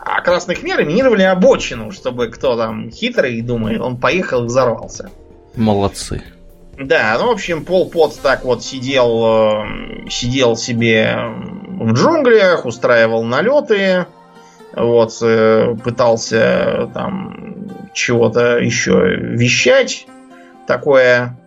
[SPEAKER 2] А Красный Кхмер минировали обочину, чтобы кто там хитрый думает, он поехал и взорвался.
[SPEAKER 1] Молодцы.
[SPEAKER 2] Да, ну, в общем, Пол Пот так вот сидел себе в джунглях, устраивал налеты, вот, пытался там чего-то еще вещать, такое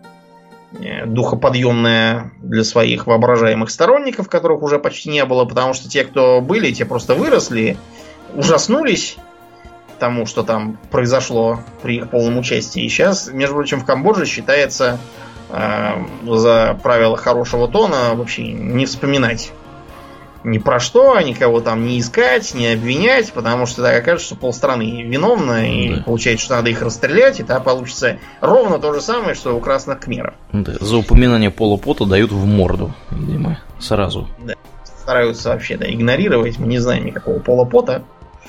[SPEAKER 2] духоподъемное для своих воображаемых сторонников, которых уже почти не было, потому что те, кто были, те просто выросли, ужаснулись тому, что там произошло при их полном участии. И сейчас, между прочим, в Камбодже считается за правило хорошего тона вообще не вспоминать ни про что, никого там не искать, не обвинять, потому что так окажется, что полстраны виновны, и получается, что надо их расстрелять, и тогда получится ровно то же самое, что у Красных Кхмеров.
[SPEAKER 1] Да, за упоминание Пола Пота дают в морду, видимо, сразу.
[SPEAKER 2] Да, стараются вообще игнорировать, мы не знаем никакого Пола Пота.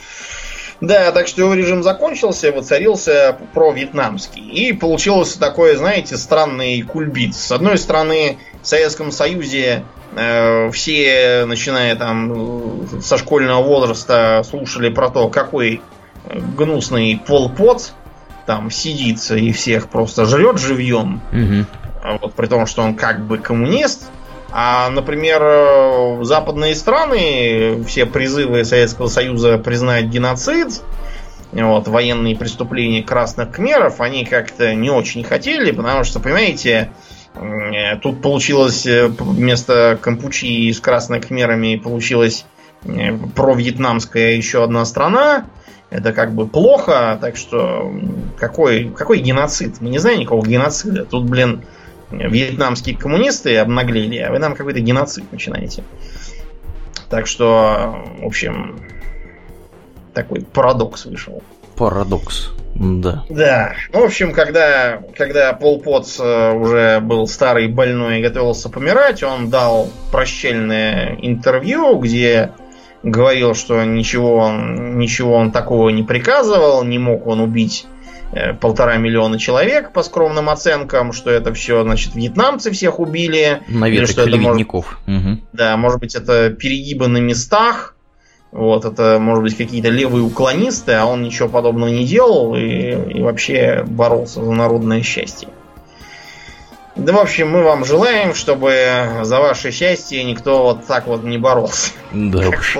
[SPEAKER 2] Да, так что его режим закончился, воцарился провьетнамский. И получилось такое, знаете, странный кульбит. С одной стороны, в Советском Союзе все, начиная там со школьного возраста, слушали про то, какой гнусный Пол Пот там сидит и всех просто жрет живьем. Вот, при том, что он как бы коммунист. А, например, западные страны, все призывы Советского Союза признать геноцид, вот, военные преступления Красных Кхмеров, они как-то не очень хотели, потому что, понимаете, тут получилось вместо Кампучи с Красными Кхмерами получилась провьетнамская еще одна страна. Это как бы плохо, так что какой геноцид? Мы не знаем никакого геноцида. Тут, блин, вьетнамские коммунисты обнаглели, а вы нам какой-то геноцид начинаете. Так что, в общем, такой парадокс вышел.
[SPEAKER 1] Парадокс, да.
[SPEAKER 2] Да. Ну, в общем, когда Пол Пот уже был старый, больной и готовился помирать, он дал прощальное интервью, где говорил, что ничего он такого не приказывал, не мог он убить 1,5 миллиона человек, по скромным оценкам, что это все, значит, вьетнамцы всех убили.
[SPEAKER 1] Наветы клеветников.
[SPEAKER 2] Да, может быть, это перегибы на местах. Вот, это, может быть, какие-то левые уклонисты, а он ничего подобного не делал и вообще боролся за народное счастье. Да, в общем, мы вам желаем, чтобы за ваше счастье никто вот так вот не боролся.
[SPEAKER 1] Да уж.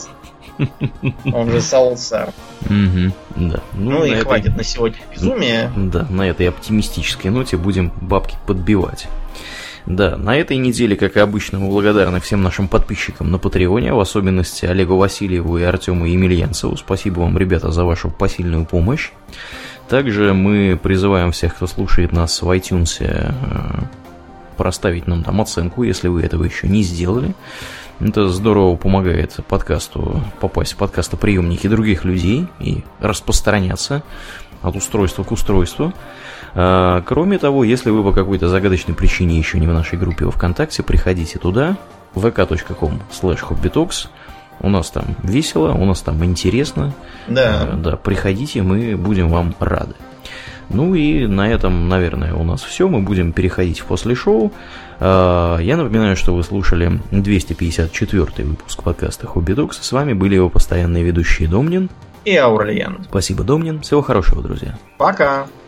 [SPEAKER 2] Он же Саул-Сар.
[SPEAKER 1] Да.
[SPEAKER 2] Ну и хватит на сегодня безумия.
[SPEAKER 1] Да, на этой оптимистической ноте будем бабки подбивать. Да, на этой неделе, как и обычно, мы благодарны всем нашим подписчикам на Патреоне, в особенности Олегу Васильеву и Артему Емельянцеву. Спасибо вам, ребята, за вашу посильную помощь. Также мы призываем всех, кто слушает нас в iTunes, проставить нам там оценку, если вы этого еще не сделали. Это здорово помогает подкасту попасть в подкастоприемники других людей и распространяться от устройства к устройству. Кроме того, если вы по какой-то загадочной причине еще не в нашей группе во ВКонтакте, приходите туда, vk.com/hobbytalks. У нас там весело, у нас там интересно. Да, приходите, мы будем вам рады. Ну и на этом, наверное, у нас все. Мы будем переходить в после шоу. Я напоминаю, что вы слушали 254-й выпуск подкаста Hobby Talks. С вами были его постоянные ведущие Домнин
[SPEAKER 2] и Аурлиен.
[SPEAKER 1] Спасибо, Домнин. Всего хорошего, друзья.
[SPEAKER 2] Пока.